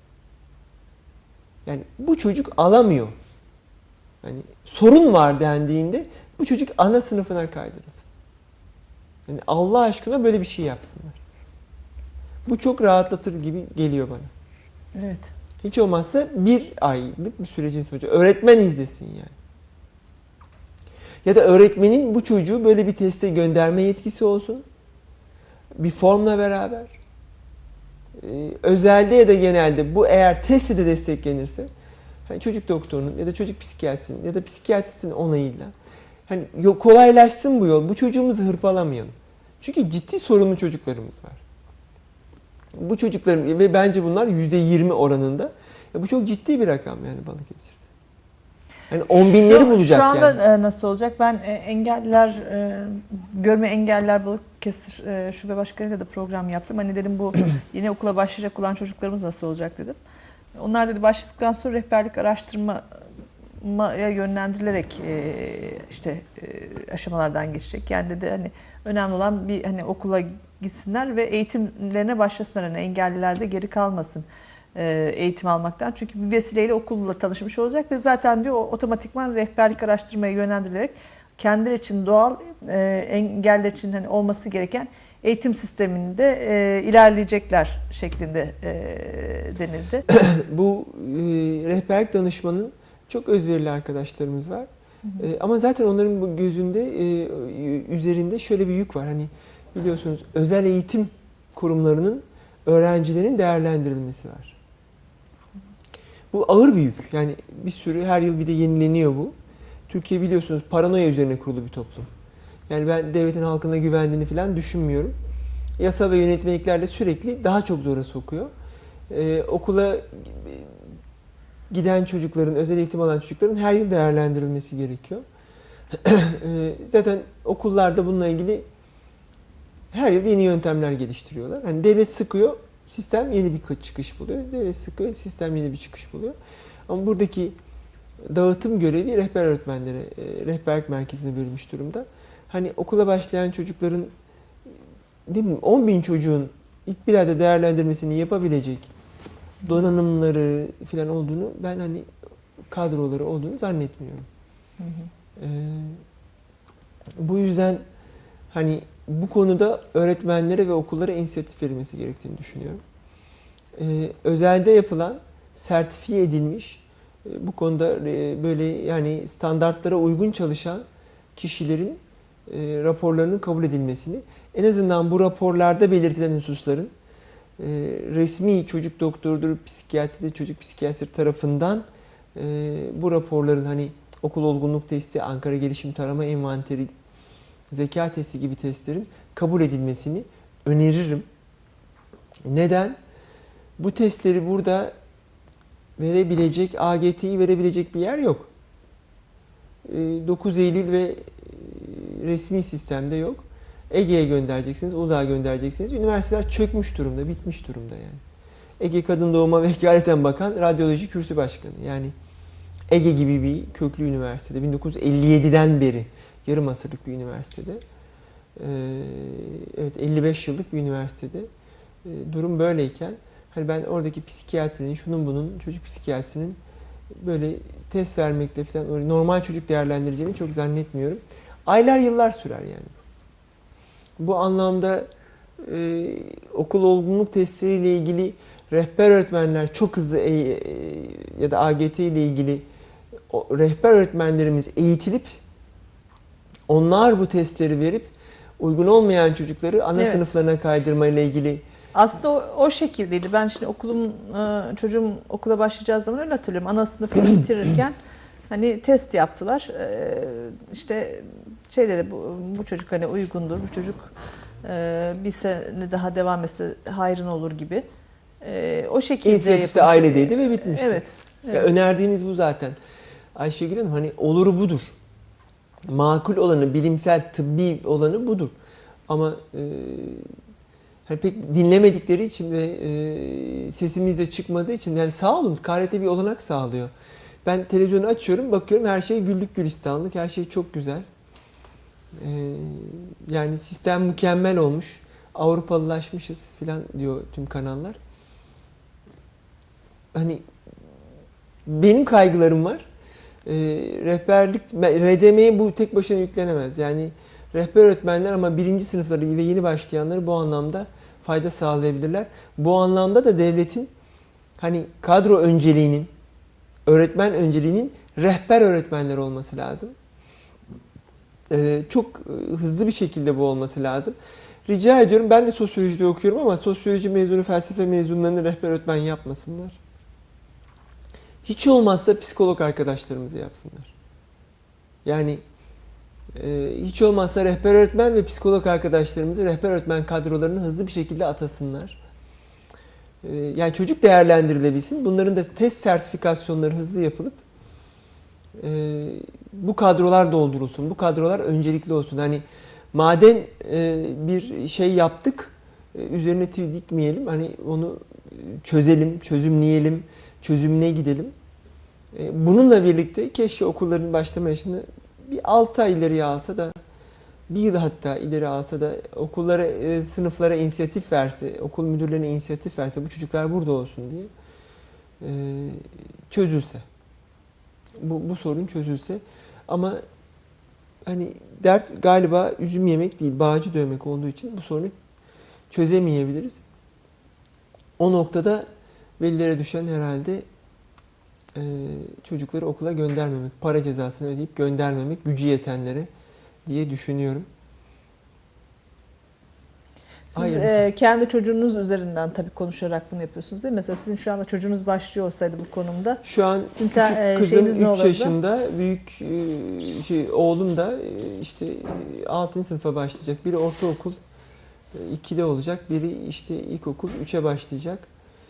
Yani bu çocuk alamıyor. Yani sorun var dendiğinde bu çocuk ana sınıfına kaydırılsın. Yani Allah aşkına böyle bir şey yapsınlar. Bu çok rahatlatır gibi geliyor bana. Evet. Hiç olmazsa bir aylık bir sürecin sonucu. Öğretmen izlesin yani. Ya da öğretmenin bu çocuğu böyle bir teste gönderme yetkisi olsun. Bir formla beraber. Özelde ya da genelde bu eğer testte de desteklenirse hani çocuk doktorunun ya da çocuk psikiyatrisinin ya da psikiyatristin onayıyla hani kolaylaşsın bu yol. Bu çocuğumuzu hırpalamayalım. Çünkü ciddi sorunlu çocuklarımız var. Bu çocukların ve bence bunlar %20 oranında. Ya bu çok ciddi bir rakam yani Balıkesir'de. Yani 10 binleri bulacak yani. Şu anda nasıl olacak? Ben engelliler, görme engelliler Balıkesir Şube Başkanı'yla da program yaptım. Hani dedim bu yeni okula başlayacak olan çocuklarımız nasıl olacak dedim. Onlar dedi başladıktan sonra rehberlik araştırmaya yönlendirilerek aşamalardan geçecek. Yani dedi hani önemli olan bir hani okula gitsinler ve eğitimlerine başlasınlar. Hani engelliler de geri kalmasın eğitim almaktan. Çünkü bir vesileyle okulla tanışmış olacak ve zaten diyor otomatikman rehberlik araştırmaya yönlendirilerek kendileri için doğal, engeller için hani olması gereken eğitim sisteminde ilerleyecekler şeklinde denildi. Bu rehberlik danışmanın çok özverili arkadaşlarımız var. Ama zaten onların bu gözünde, üzerinde şöyle bir yük var. Hani biliyorsunuz özel eğitim kurumlarının öğrencilerin değerlendirilmesi var. Bu ağır bir yük. Yani bir sürü her yıl bir de yenileniyor bu. Türkiye biliyorsunuz paranoya üzerine kurulu bir toplum. Yani ben devletin halkına güvendiğini falan düşünmüyorum. Yasa ve yönetmeliklerle sürekli daha çok zora sokuyor. Okula giden çocukların, özel eğitim alan çocukların her yıl değerlendirilmesi gerekiyor. Zaten okullarda bununla ilgili her yıl yeni yöntemler geliştiriyorlar. Hani devlet sıkıyor, sistem yeni bir çıkış buluyor. Devlet sıkıyor, sistem yeni bir çıkış buluyor. Ama buradaki dağıtım görevi rehber öğretmenlere, rehberlik merkezine bölünmüş durumda. Hani okula başlayan çocukların, ne bileyim 10 bin çocuğun ilk bir ayda değerlendirmesini yapabilecek donanımları falan olduğunu, ben hani kadroları olduğunu zannetmiyorum. Hı hı. Bu yüzden hani bu konuda öğretmenlere ve okullara inisiyatif verilmesi gerektiğini düşünüyorum. Özelde yapılan, sertifiye edilmiş, bu konuda böyle yani standartlara uygun çalışan kişilerin raporlarının kabul edilmesini, en azından bu raporlarda belirtilen hususların resmi çocuk doktorudur, psikiyatride çocuk psikiyatrisi tarafından bu raporların hani okul olgunluk testi, Ankara Gelişim Tarama Envanteri, zeka testi gibi testlerin kabul edilmesini öneririm. Neden? Bu testleri burada verebilecek, AGT'yi verebilecek bir yer yok. 9 Eylül ve resmi sistemde yok. Ege'ye göndereceksiniz, Uludağ'a göndereceksiniz. Üniversiteler çökmüş durumda, bitmiş durumda yani. Ege Kadın Doğuma Vekaleten Bakan Radyoloji Kürsü Başkanı. Yani Ege gibi bir köklü üniversitede, 1957'den beri yarım asırlık bir üniversitede, evet 55 yıllık bir üniversitede durum böyleyken hani ben oradaki psikiyatrinin, şunun bunun, çocuk psikiyatrisinin böyle test vermekle falan normal çocuk değerlendireceğini çok zannetmiyorum. Aylar yıllar sürer yani. Bu anlamda okul olgunluk testleriyle ilgili rehber öğretmenler çok hızlı ya da AGT ile ilgili rehber öğretmenlerimiz eğitilip onlar bu testleri verip uygun olmayan çocukları ana sınıflarına kaydırma ile ilgili. Aslında o şekildeydi. Ben şimdi çocuğum okula başlayacağı zaman öyle hatırlıyorum. Ana sınıfını bitirirken hani test yaptılar. İşte şey dedi, bu çocuk hani uygundur, bu çocuk bir sene daha devam etse hayrın olur gibi. O şekilde İnisiyatif de yapılmış. ailedeydi ve bitmişti. Evet. Ya önerdiğimiz bu zaten. Ayşegül Hanım, hani oluru budur. Makul olanı, bilimsel, tıbbi olanı budur. Ama hani pek dinlemedikleri için ve sesimiz de çıkmadığı için, yani sağ olun, KRT bir olanak sağlıyor. Ben televizyonu açıyorum, bakıyorum, her şey güllük gülistanlık, her şey çok güzel. Yani sistem mükemmel olmuş, Avrupalılaşmışız falan diyor tüm kanallar. Hani benim kaygılarım var. Rehberlik, RDM'ye bu tek başına yüklenemez. Yani rehber öğretmenler ama birinci sınıfları ve yeni başlayanları bu anlamda fayda sağlayabilirler. Bu anlamda da devletin hani kadro önceliğinin, öğretmen önceliğinin rehber öğretmenler olması lazım. Çok hızlı bir şekilde bu olması lazım. Rica ediyorum, ben de sosyolojide okuyorum ama sosyoloji mezunu, felsefe mezunlarını rehber öğretmen yapmasınlar. Hiç olmazsa psikolog arkadaşlarımızı yapsınlar. Yani hiç olmazsa rehber öğretmen ve psikolog arkadaşlarımızı rehber öğretmen kadrolarını hızlı bir şekilde atasınlar. Yani çocuk değerlendirilebilsin. Bunların da test sertifikasyonları hızlı yapılıp bu kadrolar doldurulsun. Bu kadrolar öncelikli olsun. Hani maden bir şey yaptık, üzerine tüy dikmeyelim. Hani onu çözelim, çözümleyelim, çözümüne gidelim. Bununla birlikte keşke okulların başlama yaşını bir 6 ay ileriye alsa da, bir yıl hatta ileri alsa da, okullara, sınıflara inisiyatif verse, okul müdürlerine inisiyatif verse, bu çocuklar burada olsun diye çözülse. Bu sorun çözülse. Ama hani dert galiba üzüm yemek değil, bağcı dövmek olduğu için bu sorunu çözemeyebiliriz. O noktada velilere düşen herhalde çocukları okula göndermemek, para cezasını ödeyip göndermemek, gücü yetenlere diye düşünüyorum. Siz kendi çocuğunuz üzerinden tabii konuşarak bunu yapıyorsunuz değil mi? Mesela sizin şu anda çocuğunuz başlıyor olsaydı bu konumda. Şu an sizin küçük kızım şeyiniz ne 3 olurdu? yaşında, büyük oğlum da işte 6. sınıfa başlayacak. Biri ortaokul 2'de olacak, biri işte ilkokul 3'e başlayacak.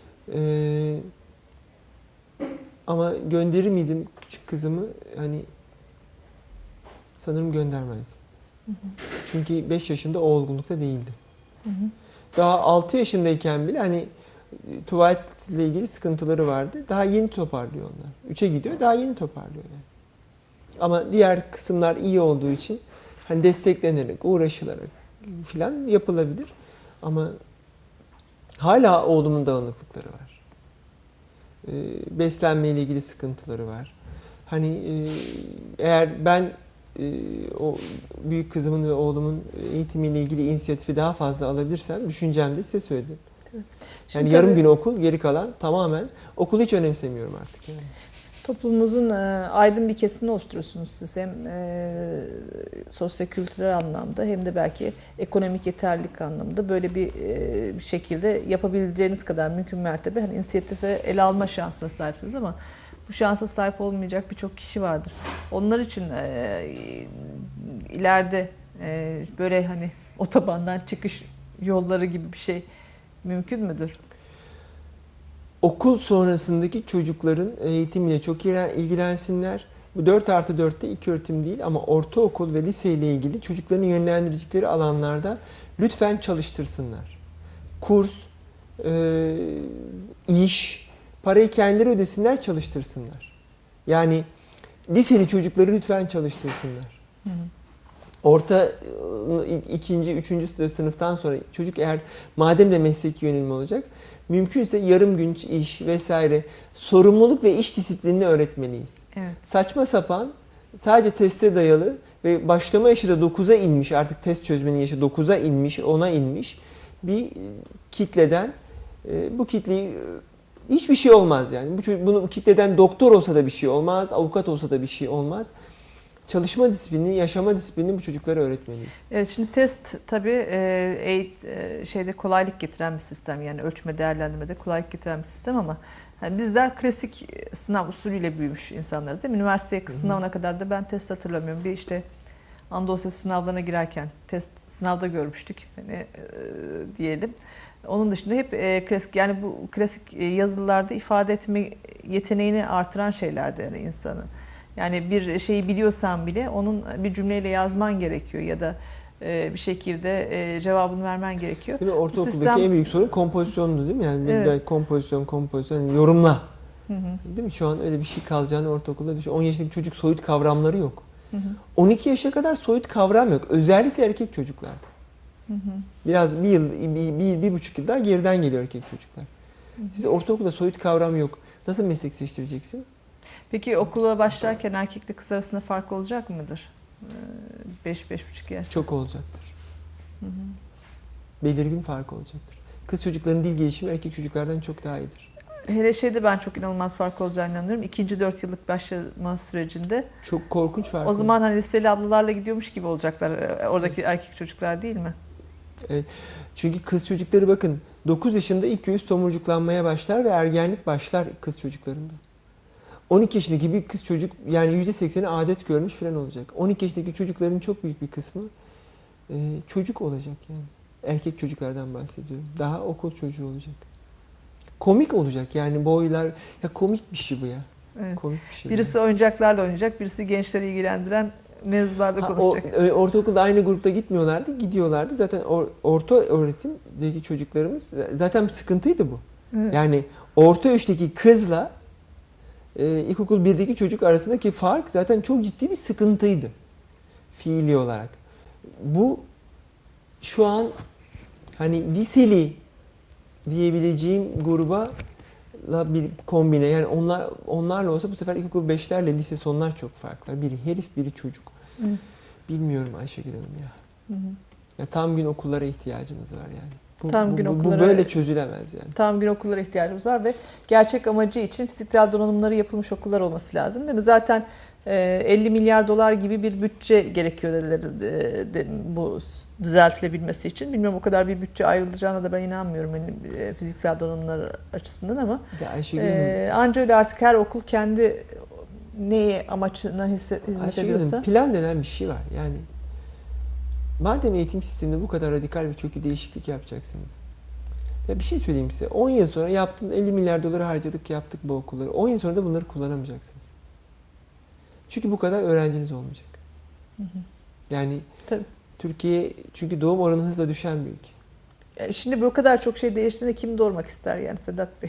Ama gönderir miydim küçük kızımı? Hani sanırım göndermezdim. Hı hı. Çünkü 5 yaşında o olgunlukta değildi. Hı hı. Daha 6 yaşındayken bile hani tuvaletle ilgili sıkıntıları vardı. Daha yeni toparlıyor onlar. 3'e gidiyor, daha yeni toparlıyor yani. Ama diğer kısımlar iyi olduğu için hani desteklenerek, uğraşılarak filan yapılabilir. Ama hala oğlumun dağınıklıkları var. Beslenmeyle ilgili sıkıntıları var. Hani eğer ben o büyük kızımın ve oğlumun eğitimiyle ilgili inisiyatifi daha fazla alabilirsem, düşüncemde size söyledim. Yani yarım gün okul, geri kalan tamamen okulu hiç önemsemiyorum artık. Yani. Toplumumuzun aydın bir kesimini oluşturuyorsunuz siz, hem sosyo-kültürel anlamda hem de belki ekonomik yeterlilik anlamında böyle bir şekilde yapabileceğiniz kadar mümkün mertebe hani inisiyatife ele alma şansına sahipsiniz ama bu şansa sahip olmayacak birçok kişi vardır. Onlar için ileride böyle hani otobandan çıkış yolları gibi bir şey mümkün müdür? Okul sonrasındaki çocukların eğitimiyle çok ilgilensinler. Bu 4+4'te ilköğretim değil ama ortaokul ve lise ile ilgili çocukların yönlendirecekleri alanlarda lütfen çalıştırsınlar. Kurs, iş, parayı kendileri ödesinler, çalıştırsınlar. Yani liseli çocukları lütfen çalıştırsınlar. Hı hı. Orta, 2. 3. sınıftan sonra çocuk eğer madem de mesleki yönelimi olacak, mümkünse yarım gün iş vesaire, sorumluluk ve iş disiplinini öğretmeliyiz. Evet. Saçma sapan, sadece teste dayalı ve başlama yaşı da 9'a inmiş, artık test çözmenin yaşı 9'a inmiş, 10'a inmiş bir kitleden, bu kitleyi hiçbir şey olmaz yani. Bu kitleden doktor olsa da bir şey olmaz, avukat olsa da bir şey olmaz. Çalışma disiplini, yaşama disiplini bu çocuklara öğretmeliyiz. Evet, şimdi test tabii şeyde kolaylık getiren bir sistem, yani ölçme değerlendirmede kolaylık getiren bir sistem ama yani bizler klasik sınav usulüyle büyümüş insanlarız değil mi? Üniversite sınavına kadar da ben test hatırlamıyorum. Bir işte Anadolu Lisesi sınavlarına girerken sınavda görmüştük hani, diyelim. Onun dışında hep klasik, yani bu klasik yazılarda ifade etme yeteneğini artıran şeylerdi yani insanın. Yani bir şeyi biliyorsan bile onun bir cümleyle yazman gerekiyor ya da bir şekilde cevabını vermen gerekiyor. Değil mi? Ortaokuldaki sistem... en büyük sorun kompozisyondu değil mi? Yani Evet. kompozisyon, yani yorumla. Hı hı. Değil mi? Şu an öyle bir şey kalacağını ortaokulda düşün. 10 yaşındaki çocuk soyut kavramları yok. Hı hı. 12 yaşa kadar soyut kavram yok. Özellikle erkek çocuklarda. Hı hı. Biraz bir buçuk yıl daha geriden geliyor erkek çocuklar. Siz ortaokulda soyut kavram yok. Nasıl meslek seçtireceksin? Peki okula başlarken erkekle kız arasında fark olacak mıdır? 5-5,5 yaş. Çok olacaktır. Hı hı. Belirgin fark olacaktır. Kız çocukların dil gelişimi erkek çocuklardan çok daha iyidir. Hele şeyde ben çok inanılmaz fark olacağını inanıyorum. 2. 4 yıllık başlama sürecinde. Çok korkunç fark. O zaman hani liseli ablalarla gidiyormuş gibi olacaklar oradaki erkek çocuklar, değil mi? Evet. Çünkü kız çocukları bakın 9 yaşında ilk göğüs tomurcuklanmaya başlar ve ergenlik başlar kız çocuklarında. 12 yaşındaki bir kız çocuk yani %80'i adet görmüş falan olacak. 12 yaşındaki çocukların çok büyük bir kısmı çocuk olacak yani. Erkek çocuklardan bahsediyorum. Daha okul çocuğu olacak. Komik olacak yani boylar. Ya komik bir şey bu ya. Evet. Komik bir şey. Birisi oyuncaklarla oynayacak, birisi gençleri ilgilendiren mevzularda konuşacak. Ortaokulda aynı grupta gitmiyorlardı, gidiyorlardı. Zaten orta öğretimdeki çocuklarımız zaten bir sıkıntıydı bu. Evet. Yani orta üçteki kızla ilkokul 1'deki çocuk arasındaki fark zaten çok ciddi bir sıkıntıydı. Fiili olarak. Bu şu an hani liseli diyebileceğim gruba bir kombine. Yani onlarla olsa bu sefer ilkokul 5'lerle lise sonlar çok farklı. Biri herif, biri çocuk. Hı. Bilmiyorum Ayşegül Hanım ya. Hı hı. Ya tam gün okullara ihtiyacımız var yani. Tam gün bu okullara- böyle çözülemez yani. Tam gün okullara ihtiyacımız var ve gerçek amacı için fiziksel donanımları yapılmış okullar olması lazım, değil mi? Zaten 50 milyar dolar gibi bir bütçe gerekiyor dediler bu düzeltilebilmesi için. Bilmiyorum, o kadar bir bütçe ayrılacağına da ben inanmıyorum yani, fiziksel donanımlar açısından ama Ya Ayşegül Hanım, anca öyle artık her okul kendi neye amaçına hizmet Ayşegül ediyorsa. Hanım, plan denen bir şey var. Yani madem eğitim sisteminde bu kadar radikal bir köklü değişiklik yapacaksınız. Ya bir şey söyleyeyim size. 10 yıl sonra 50 milyar doları harcadık, yaptık bu okulları. 10 yıl sonra da bunları kullanamayacaksınız. Çünkü bu kadar öğrenciniz olmayacak. Hı hı. Yani Tabii. Türkiye çünkü doğum oranı hızla düşen bir ülke. Şimdi bu kadar çok şey değiştiğinde kim doğurmak ister yani Sedat Bey?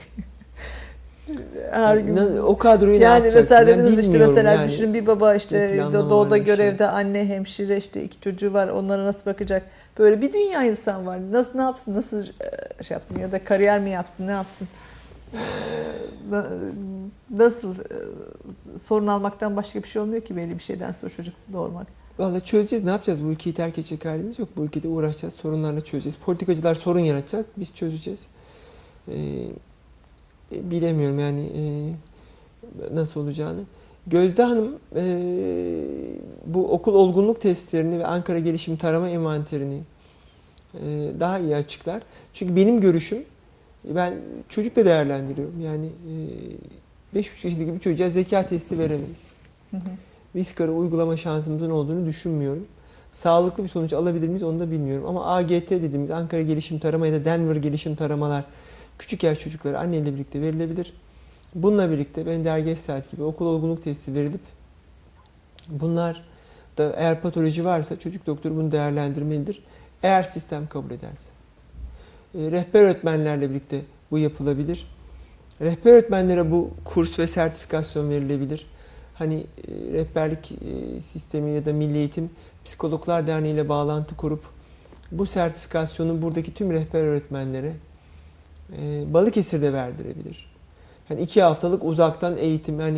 Her gün. O kadroyu ne Yani yapacaksın? mesela Ben dediniz işte, bilmiyorum mesela yani. düşünün, bir baba işte planlama doğuda var, bir şey. görevde, anne hemşire, işte 2 çocuğu var, onlara nasıl bakacak? Böyle bir dünya insan var. Ne yapsın? Nasıl şey yapsın, ya da kariyer mi yapsın? Ne yapsın? Nasıl sorun almaktan başka bir şey olmuyor ki belli bir şeyden sonra çocuk doğurmak. Vallahi çözeceğiz. Ne yapacağız? Bu ülkeyi terk edecek halimiz yok. Bu ülkede uğraşacağız. Sorunlarla çözeceğiz. Politikacılar sorun yaratacak. Biz çözeceğiz. Bilemiyorum yani nasıl olacağını. Gözde Hanım bu okul olgunluk testlerini ve Ankara Gelişim Tarama Envanterini daha iyi açıklar. Çünkü benim görüşüm, ben çocukla değerlendiriyorum. Yani 5,5 yaşındaki bir çocuğa zeka testi veremeyiz. Hı hı. Viscar'ı uygulama şansımızın olduğunu düşünmüyorum. Sağlıklı bir sonuç alabilir miyiz onu da bilmiyorum. Ama AGT dediğimiz Ankara Gelişim Tarama ya da Denver Gelişim Taramalar küçük yaş çocuklara anneyle birlikte verilebilir. Bununla birlikte Bender saat gibi okul olgunluk testi verilip bunlar da eğer patoloji varsa çocuk doktoru bunu değerlendirmelidir. Eğer sistem kabul ederse. Rehber öğretmenlerle birlikte bu yapılabilir. Rehber öğretmenlere bu kurs ve sertifikasyon verilebilir. Hani rehberlik sistemi ya da Milli Eğitim Psikologlar Derneği ile bağlantı kurup bu sertifikasyonu buradaki tüm rehber öğretmenlere Balıkesir'de verdirebilir. Hani 2 haftalık uzaktan eğitim, hani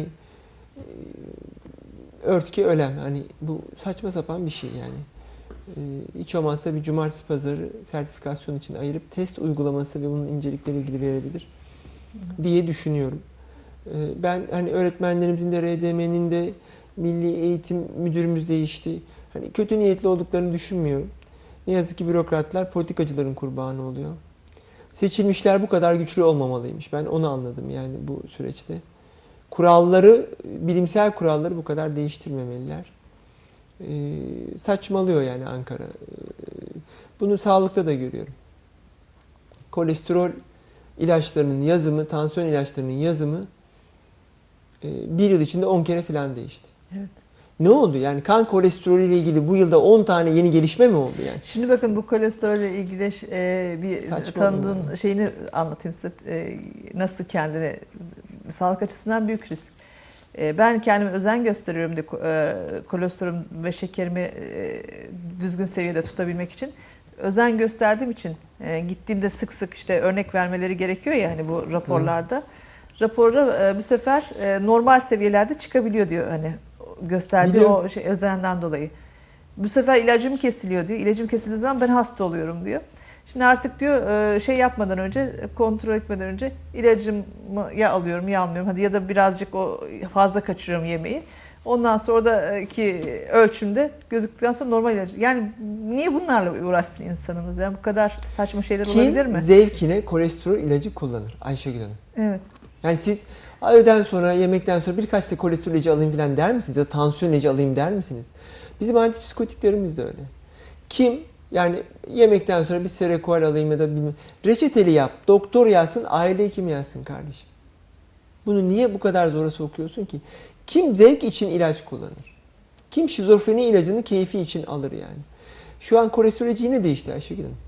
örtke ölem, hani bu saçma sapan bir şey yani. Hiç olmazsa bir cumartesi pazarı sertifikasyon için ayırıp test uygulaması ve bunun incelikleriyle ilgili verebilir diye düşünüyorum. Ben hani öğretmenlerimizin de RDM'nin de Milli Eğitim Müdürümüz değişti. Hani kötü niyetli olduklarını düşünmüyorum. Ne yazık ki bürokratlar politikacıların kurbanı oluyor. Seçilmişler bu kadar güçlü olmamalıymış. Ben onu anladım yani bu süreçte. Kuralları, bilimsel kuralları bu kadar değiştirmemeliler. Saçmalıyor yani Ankara. Bunu sağlıkta da görüyorum. Kolesterol ilaçlarının yazımı, tansiyon ilaçlarının yazımı bir yıl içinde 10 kere falan değişti. Evet. Ne oldu? Yani kan kolesterolü ile ilgili bu yılda 10 tane yeni gelişme mi oldu yani? Şimdi bakın bu kolesterolle ilgili bir Saçma tanıdığın yani. şeyini anlatayım size. Nasıl kendine sağlık açısından büyük risk. Ben kendime özen gösteriyorum de kolesterolüm ve şekerimi düzgün seviyede tutabilmek için. Özen gösterdiğim için gittiğimde sık sık işte örnek vermeleri gerekiyor ya hani bu raporlarda. Raporda bu sefer normal seviyelerde çıkabiliyor diyor hani gösterdiği Biliyorum. o özenden dolayı. Bu sefer ilacım kesiliyor diyor. İlacım kesildiği zaman ben hasta oluyorum diyor. Şimdi artık diyor şey yapmadan önce, kontrol etmeden önce ilacımı ya alıyorum ya almıyorum. Hadi ya da birazcık o fazla kaçırıyorum yemeği. Ondan sonra oradaki ölçümde gözüktükten sonra normal ilacı. Yani niye bunlarla uğraşsın insanımız? Yani bu kadar saçma şeyler olabilir mi? Kim zevkine kolesterol ilacı kullanır Ayşegül Hanım? Evet. Yani siz öğleden sonra, yemekten sonra birkaç da kolesterol ilacı alayım falan der misiniz? Ya da tansiyon ilacı alayım der misiniz? Bizim antipsikotiklerimiz de öyle. Kim yani yemekten sonra bir Seroquel alayım ya da bilmem. Reçeteli yap, doktor yazsın, aile hekimi yazsın kardeşim. Bunu niye bu kadar zora sokuyorsun ki? Kim zevk için ilaç kullanır? Kim şizofreni ilacını keyfi için alır yani? Şu an kolesterol ilacı yine değişti Ayşegül Hanım.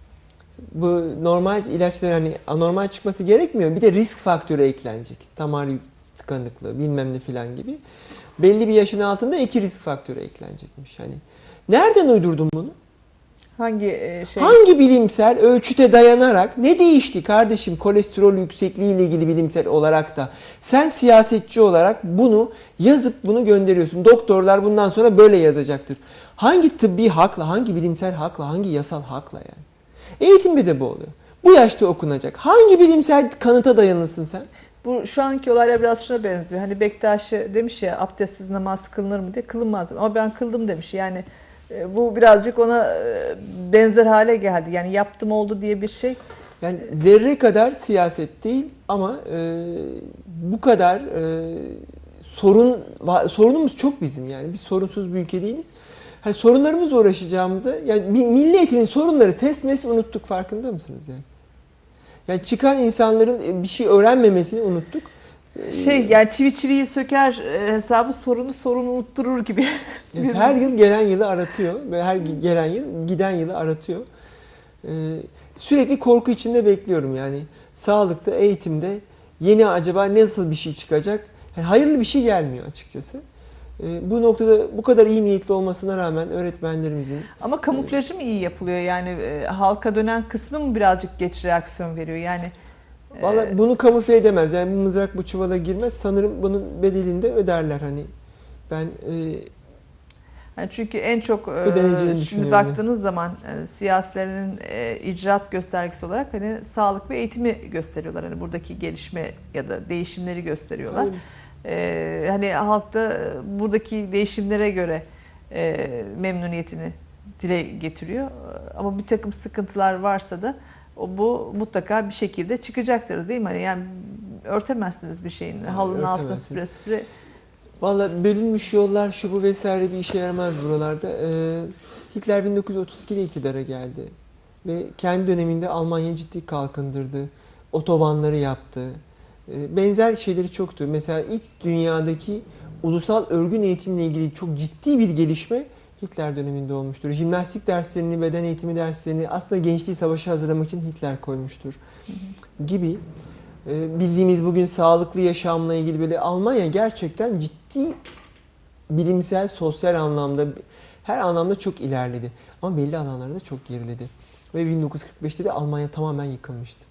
Bu normal ilaçlar hani anormal çıkması gerekmiyor. Bir de risk faktörü eklenecek. Damar tıkanıklığı bilmem ne filan gibi. Belli bir yaşın altında 2 risk faktörü eklenecekmiş. Hani nereden uydurdun bunu? Hangi şey? Hangi bilimsel ölçüte dayanarak ne değişti kardeşim kolesterol yüksekliği ile ilgili bilimsel olarak da sen siyasetçi olarak bunu yazıp bunu gönderiyorsun. Doktorlar bundan sonra böyle yazacaktır. Hangi tıbbi hakla, hangi bilimsel hakla, hangi yasal hakla yani? Eğitimde de bu oluyor. Bu yaşta okunacak. Hangi bilimsel kanıta dayanırsın sen? Bu şu anki olaylar biraz şuna benziyor. Hani Bektaş demiş ya abdestsiz namaz kılınır mı diye, kılınmaz. Ama ben kıldım demiş. Yani bu birazcık ona benzer hale geldi. Yani yaptım oldu diye bir şey. Yani zerre kadar siyaset değil ama bu kadar sorunumuz çok bizim yani. Biz sorunsuz bir ülke değiliz. Hani sorunlarımızla uğraşacağımıza yani milli eğitimin sorunları test unuttuk farkında mısınız yani? Yani çıkan insanların bir şey öğrenmemesini unuttuk. Yani çivi çiviyi söker hesabı sorunu unutturur gibi. Evet, her yıl gelen yılı aratıyor ve her gelen yıl giden yılı aratıyor. Sürekli korku içinde bekliyorum yani. Sağlıkta, eğitimde yeni acaba nasıl bir şey çıkacak? Yani hayırlı bir şey gelmiyor açıkçası. Bu noktada bu kadar iyi niyetli olmasına rağmen öğretmenlerimizin... Ama kamuflajı mı iyi yapılıyor? Yani halka dönen kısmı mı birazcık geç reaksiyon veriyor? Yani Vallahi bunu kamufle edemez. Yani bu mızrak bu çuvala girmez. Sanırım bunun bedelini de öderler. Hani ben yani çünkü en çok ödeneceğini şimdi düşünüyorum. baktığınız zaman siyasilerin icraat göstergesi olarak hani sağlık ve eğitimi gösteriyorlar. Hani buradaki gelişme ya da değişimleri gösteriyorlar. Hani halk da buradaki değişimlere göre memnuniyetini dile getiriyor. Ama bir takım sıkıntılar varsa da bu mutlaka bir şekilde çıkacaktır değil mi? Hani yani örtemezsiniz bir şeyin. Halının altına süpüre süpüre. Vallahi bölünmüş yollar şu bu vesaire bir işe yaramaz buralarda. Hitler 1932'de iktidara geldi. Ve kendi döneminde Almanya ciddi kalkındırdı. Otobanları yaptı. Benzer şeyleri çoktu. Mesela ilk dünyadaki ulusal örgün eğitimle ilgili çok ciddi bir gelişme Hitler döneminde olmuştur. Jimnastik derslerini, beden eğitimi derslerini aslında gençliği savaşa hazırlamak için Hitler koymuştur gibi. Bildiğimiz bugün sağlıklı yaşamla ilgili böyle Almanya gerçekten ciddi bilimsel, sosyal anlamda her anlamda çok ilerledi. Ama belli alanlarda çok geriledi. Ve 1945'te de Almanya tamamen yıkılmıştı.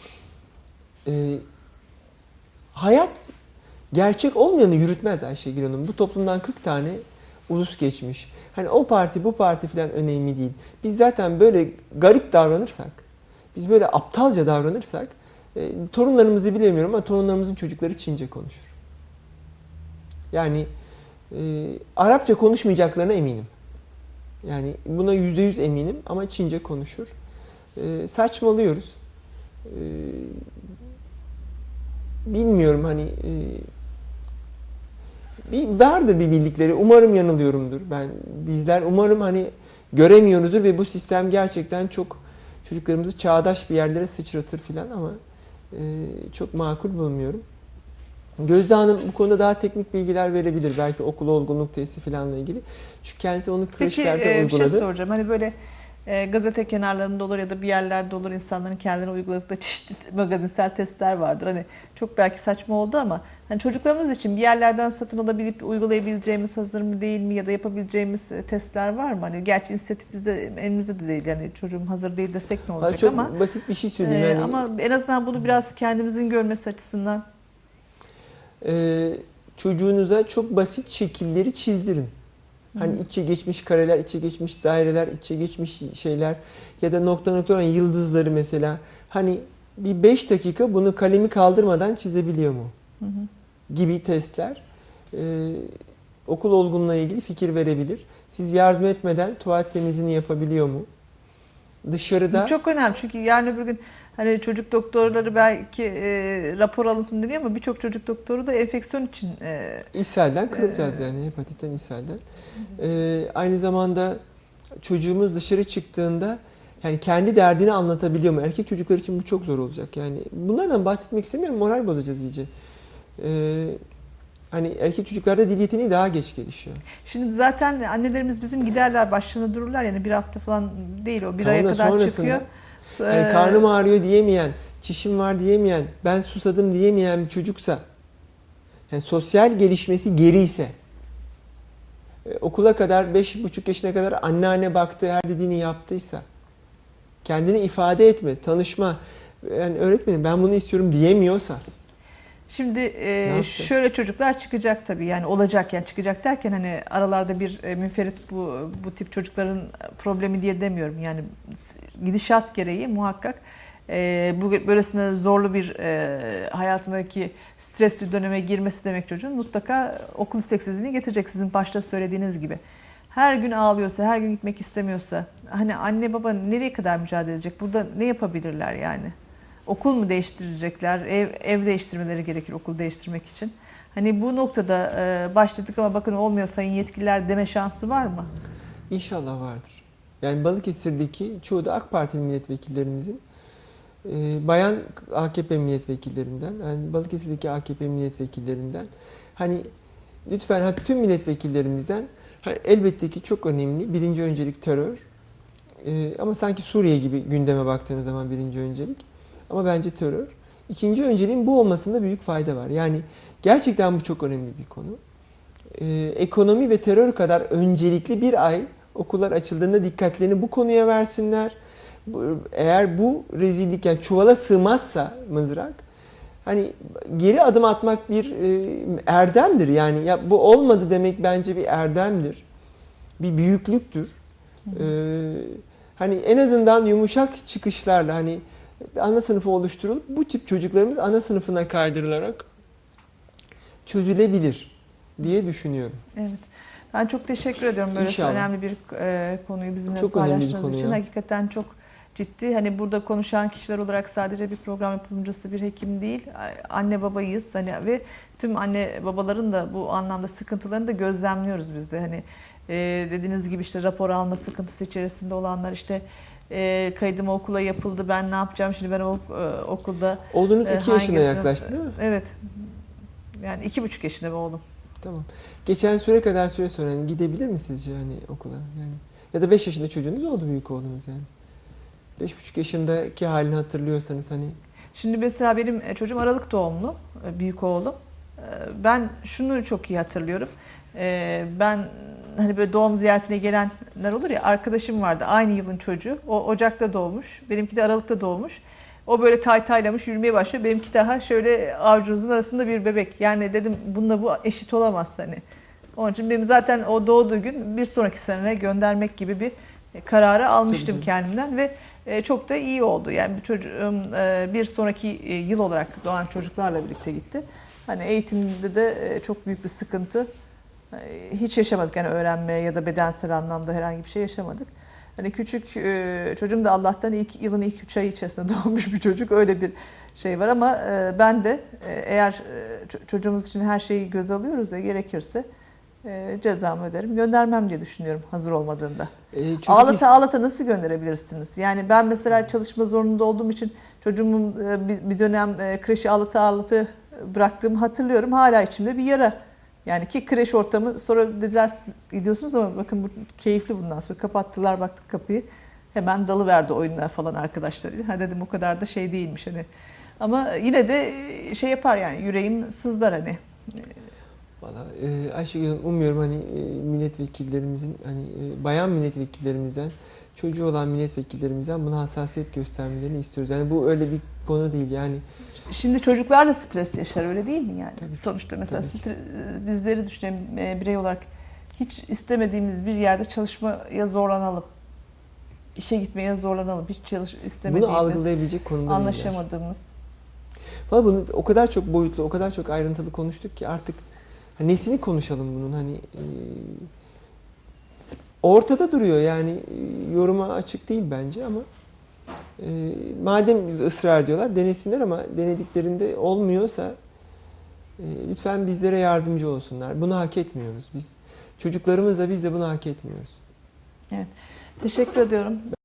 Hayat gerçek olmayanı yürütmez Ayşegül Hanım. Bu toplumdan 40 tane ulus geçmiş. Hani o parti bu parti falan önemli değil. Biz zaten böyle garip davranırsak, biz böyle aptalca davranırsak torunlarımızı bilemiyorum ama torunlarımızın çocukları Çince konuşur. Yani Arapça konuşmayacaklarına eminim. Yani buna %100 eminim ama Çince konuşur. Saçmalıyoruz. Bilmiyorum hani vardır bir bildikleri. Umarım yanılıyorumdur. Bizler umarım hani göremiyoruzdur ve bu sistem gerçekten çok çocuklarımızı çağdaş bir yerlere sıçratır filan ama çok makul bulmuyorum. Gözde Hanım bu konuda daha teknik bilgiler verebilir. Belki okul olgunluk testi falanla ilgili. Çünkü kendisi onu kreşlerde Peki uyguladı. bir şey soracağım. Hani böyle gazete kenarlarında olur ya da bir yerlerde olur, insanların kendilerine uyguladıkları çeşitli magazinsel testler vardır. Hani çok belki saçma oldu ama hani çocuklarımız için bir yerlerden satın alabilip uygulayabileceğimiz, hazır mı değil mi ya da yapabileceğimiz testler var mı? Hani gerçi inisiyatif bizde, elimizde de değil. Yani çocuğum hazır değil desek ne olacak çok ama basit bir şey söyleyeyim. Yani, ama en azından bunu biraz kendimizin görmesi açısından. Çocuğunuza çok basit şekilleri çizdirin. Hani içe geçmiş kareler, içe geçmiş daireler, içe geçmiş şeyler ya da nokta nokta olan yıldızları mesela. Hani bir 5 dakika bunu kalemi kaldırmadan çizebiliyor mu? Gibi testler okul olgunluğuna ilgili fikir verebilir. Siz yardım etmeden tuvalet temizliğini yapabiliyor mu? Dışarıda... Bu çok önemli çünkü yarın öbür gün hani çocuk doktorları belki rapor alınsın deniyor ama birçok çocuk doktoru da enfeksiyon için... İshalden kırılacağız yani, hepatitten, ishalden. Aynı zamanda çocuğumuz dışarı çıktığında yani kendi derdini anlatabiliyor mu? Erkek çocuklar için bu çok zor olacak. Yani bunlardan bahsetmek istemiyorum, moral bozacağız iyice. Hani erkek çocuklarda dil yeteneği daha geç gelişiyor. Şimdi zaten annelerimiz bizim giderler, başlarına dururlar yani bir hafta falan değil, o bir aya kadar çıkıyor. Yani karnım ağrıyor diyemeyen, çişim var diyemeyen, ben susadım diyemeyen bir çocuksa, yani sosyal gelişmesi geriyse, okula kadar 5,5 yaşına kadar anneanne baktığı her dediğini yaptıysa, kendini ifade etme, tanışma, yani öğretmenim ben bunu istiyorum diyemiyorsa. Şimdi şöyle çocuklar çıkacak tabii, yani olacak, yani çıkacak derken hani aralarda bir münferit bu tip çocukların problemi diye demiyorum. Yani gidişat gereği muhakkak bu böylesine zorlu bir hayatındaki stresli döneme girmesi demek çocuğun mutlaka okul isteksizliğini getirecek, sizin başta söylediğiniz gibi. Her gün ağlıyorsa, her gün gitmek istemiyorsa hani anne baba nereye kadar mücadele edecek? Burada ne yapabilirler yani? Okul mu değiştirecekler? Ev değiştirmeleri gerekir okul değiştirmek için. Hani bu noktada başladık ama bakın olmuyor sayın yetkililer deme şansı var mı? İnşallah vardır. Yani Balıkesir'deki çoğu da AK Partili milletvekillerimizin bayan AKP milletvekillerinden, yani Balıkesir'deki AKP milletvekillerinden, hani lütfen tüm milletvekillerimizden, hani elbette ki çok önemli birinci öncelik terör, ama sanki Suriye gibi gündeme baktığınız zaman birinci öncelik, ama bence terör. İkinci önceliğin bu olmasında büyük fayda var. Yani gerçekten bu çok önemli bir konu. Ekonomi ve terör kadar öncelikli bir ay okullar açıldığında dikkatlerini bu konuya versinler. Eğer bu rezillik, yani çuvala sığmazsa mızrak, hani geri adım atmak bir erdemdir. Yani ya bu olmadı demek bence bir erdemdir. Bir büyüklüktür. Hani en azından yumuşak çıkışlarla hani ana sınıfı oluşturulup bu tip çocuklarımız ana sınıfına kaydırılarak çözülebilir diye düşünüyorum. Evet. Ben çok teşekkür ediyorum böyle İnşallah. önemli bir konuyu bizimle çok paylaştığınız konu için. ya. Hakikaten çok ciddi. Hani burada konuşan kişiler olarak sadece bir program yapımcısı, bir hekim değil, anne babayız. Hani ve tüm anne babaların da bu anlamda sıkıntılarını da gözlemliyoruz biz de. Hani dediğiniz gibi işte rapor alma sıkıntısı içerisinde olanlar, işte kaydım okula yapıldı, ben ne yapacağım şimdi, ben okulda Oğlunuz 2 yaşına yaklaştı değil mi? Evet. Yani 2,5 yaşında bir oğlum. Tamam. Geçen süre kadar süre sonra hani gidebilir mi sizce hani okula? Yani ya da 5 yaşında çocuğunuz oldu, büyük oğlunuz yani. 5,5 yaşındaki halini hatırlıyorsanız hani. Şimdi mesela benim çocuğum Aralık doğumlu, büyük oğlum. Ben şunu çok iyi hatırlıyorum. Ben hani böyle doğum ziyaretine gelenler olur ya, arkadaşım vardı aynı yılın çocuğu. O Ocak'ta doğmuş, benimki de Aralık'ta doğmuş. O böyle taytaylamış yürümeye başlıyor. Benimki daha şöyle avucunuzun arasında bir bebek. Yani dedim bununla bu eşit olamaz hani. Onun için benim zaten o doğduğu gün bir sonraki sene göndermek gibi bir kararı almıştım kendimden ve çok da iyi oldu. Yani çocuğum bir sonraki yıl olarak doğan çocuklarla birlikte gitti. Hani eğitimde de çok büyük bir sıkıntı hiç yaşamadık. Yani öğrenme ya da bedensel anlamda herhangi bir şey yaşamadık. Hani küçük çocuğum da Allah'tan yılın ilk 3 ayı içerisinde doğmuş bir çocuk. Öyle bir şey var ama ben de eğer çocuğumuz için her şeyi göz alıyoruz ya, gerekirse cezamı öderim, göndermem diye düşünüyorum hazır olmadığında. Ağlata nasıl gönderebilirsiniz? Yani ben mesela çalışma zorunda olduğum için çocuğumun bir dönem kreşi ağlata bıraktığımı hatırlıyorum. Hala içimde bir yara. Yani ki kreş ortamı, sonra dediler siz gidiyorsunuz ama bakın bu keyifli bundan sonra. Kapattılar, baktık kapıyı. Hemen dalıverdi oyunlar falan arkadaşlarıyla. Ha dedim o kadar da şey değilmiş hani. Ama yine de şey yapar yani, yüreğim sızlar hani. Valla Ayşegül Hanım, umuyorum hani milletvekillerimizin, hani bayan milletvekillerimizden, çocuğu olan milletvekillerimizden buna hassasiyet göstermelerini istiyoruz. Yani bu öyle bir konu değil yani. Şimdi çocuklar da stres yaşar, öyle değil mi yani? Tabii ki, Sonuçta mesela tabii bizleri düşünelim, birey olarak hiç istemediğimiz bir yerde çalışmaya zorlanalım. İşe gitmeye zorlanalım. Hiç istemediğimiz, Bunu algılayabilecek konumda değiller. anlaşamadığımız. Valla bunu o kadar çok boyutlu, o kadar çok ayrıntılı konuştuk ki artık nesini konuşalım bunun, hani ortada duruyor yani, yoruma açık değil bence ama madem ısrar ediyorlar, denesinler ama denediklerinde olmuyorsa lütfen bizlere yardımcı olsunlar. Bunu hak etmiyoruz biz. Çocuklarımızla biz de bunu hak etmiyoruz. Evet. Teşekkür ediyorum.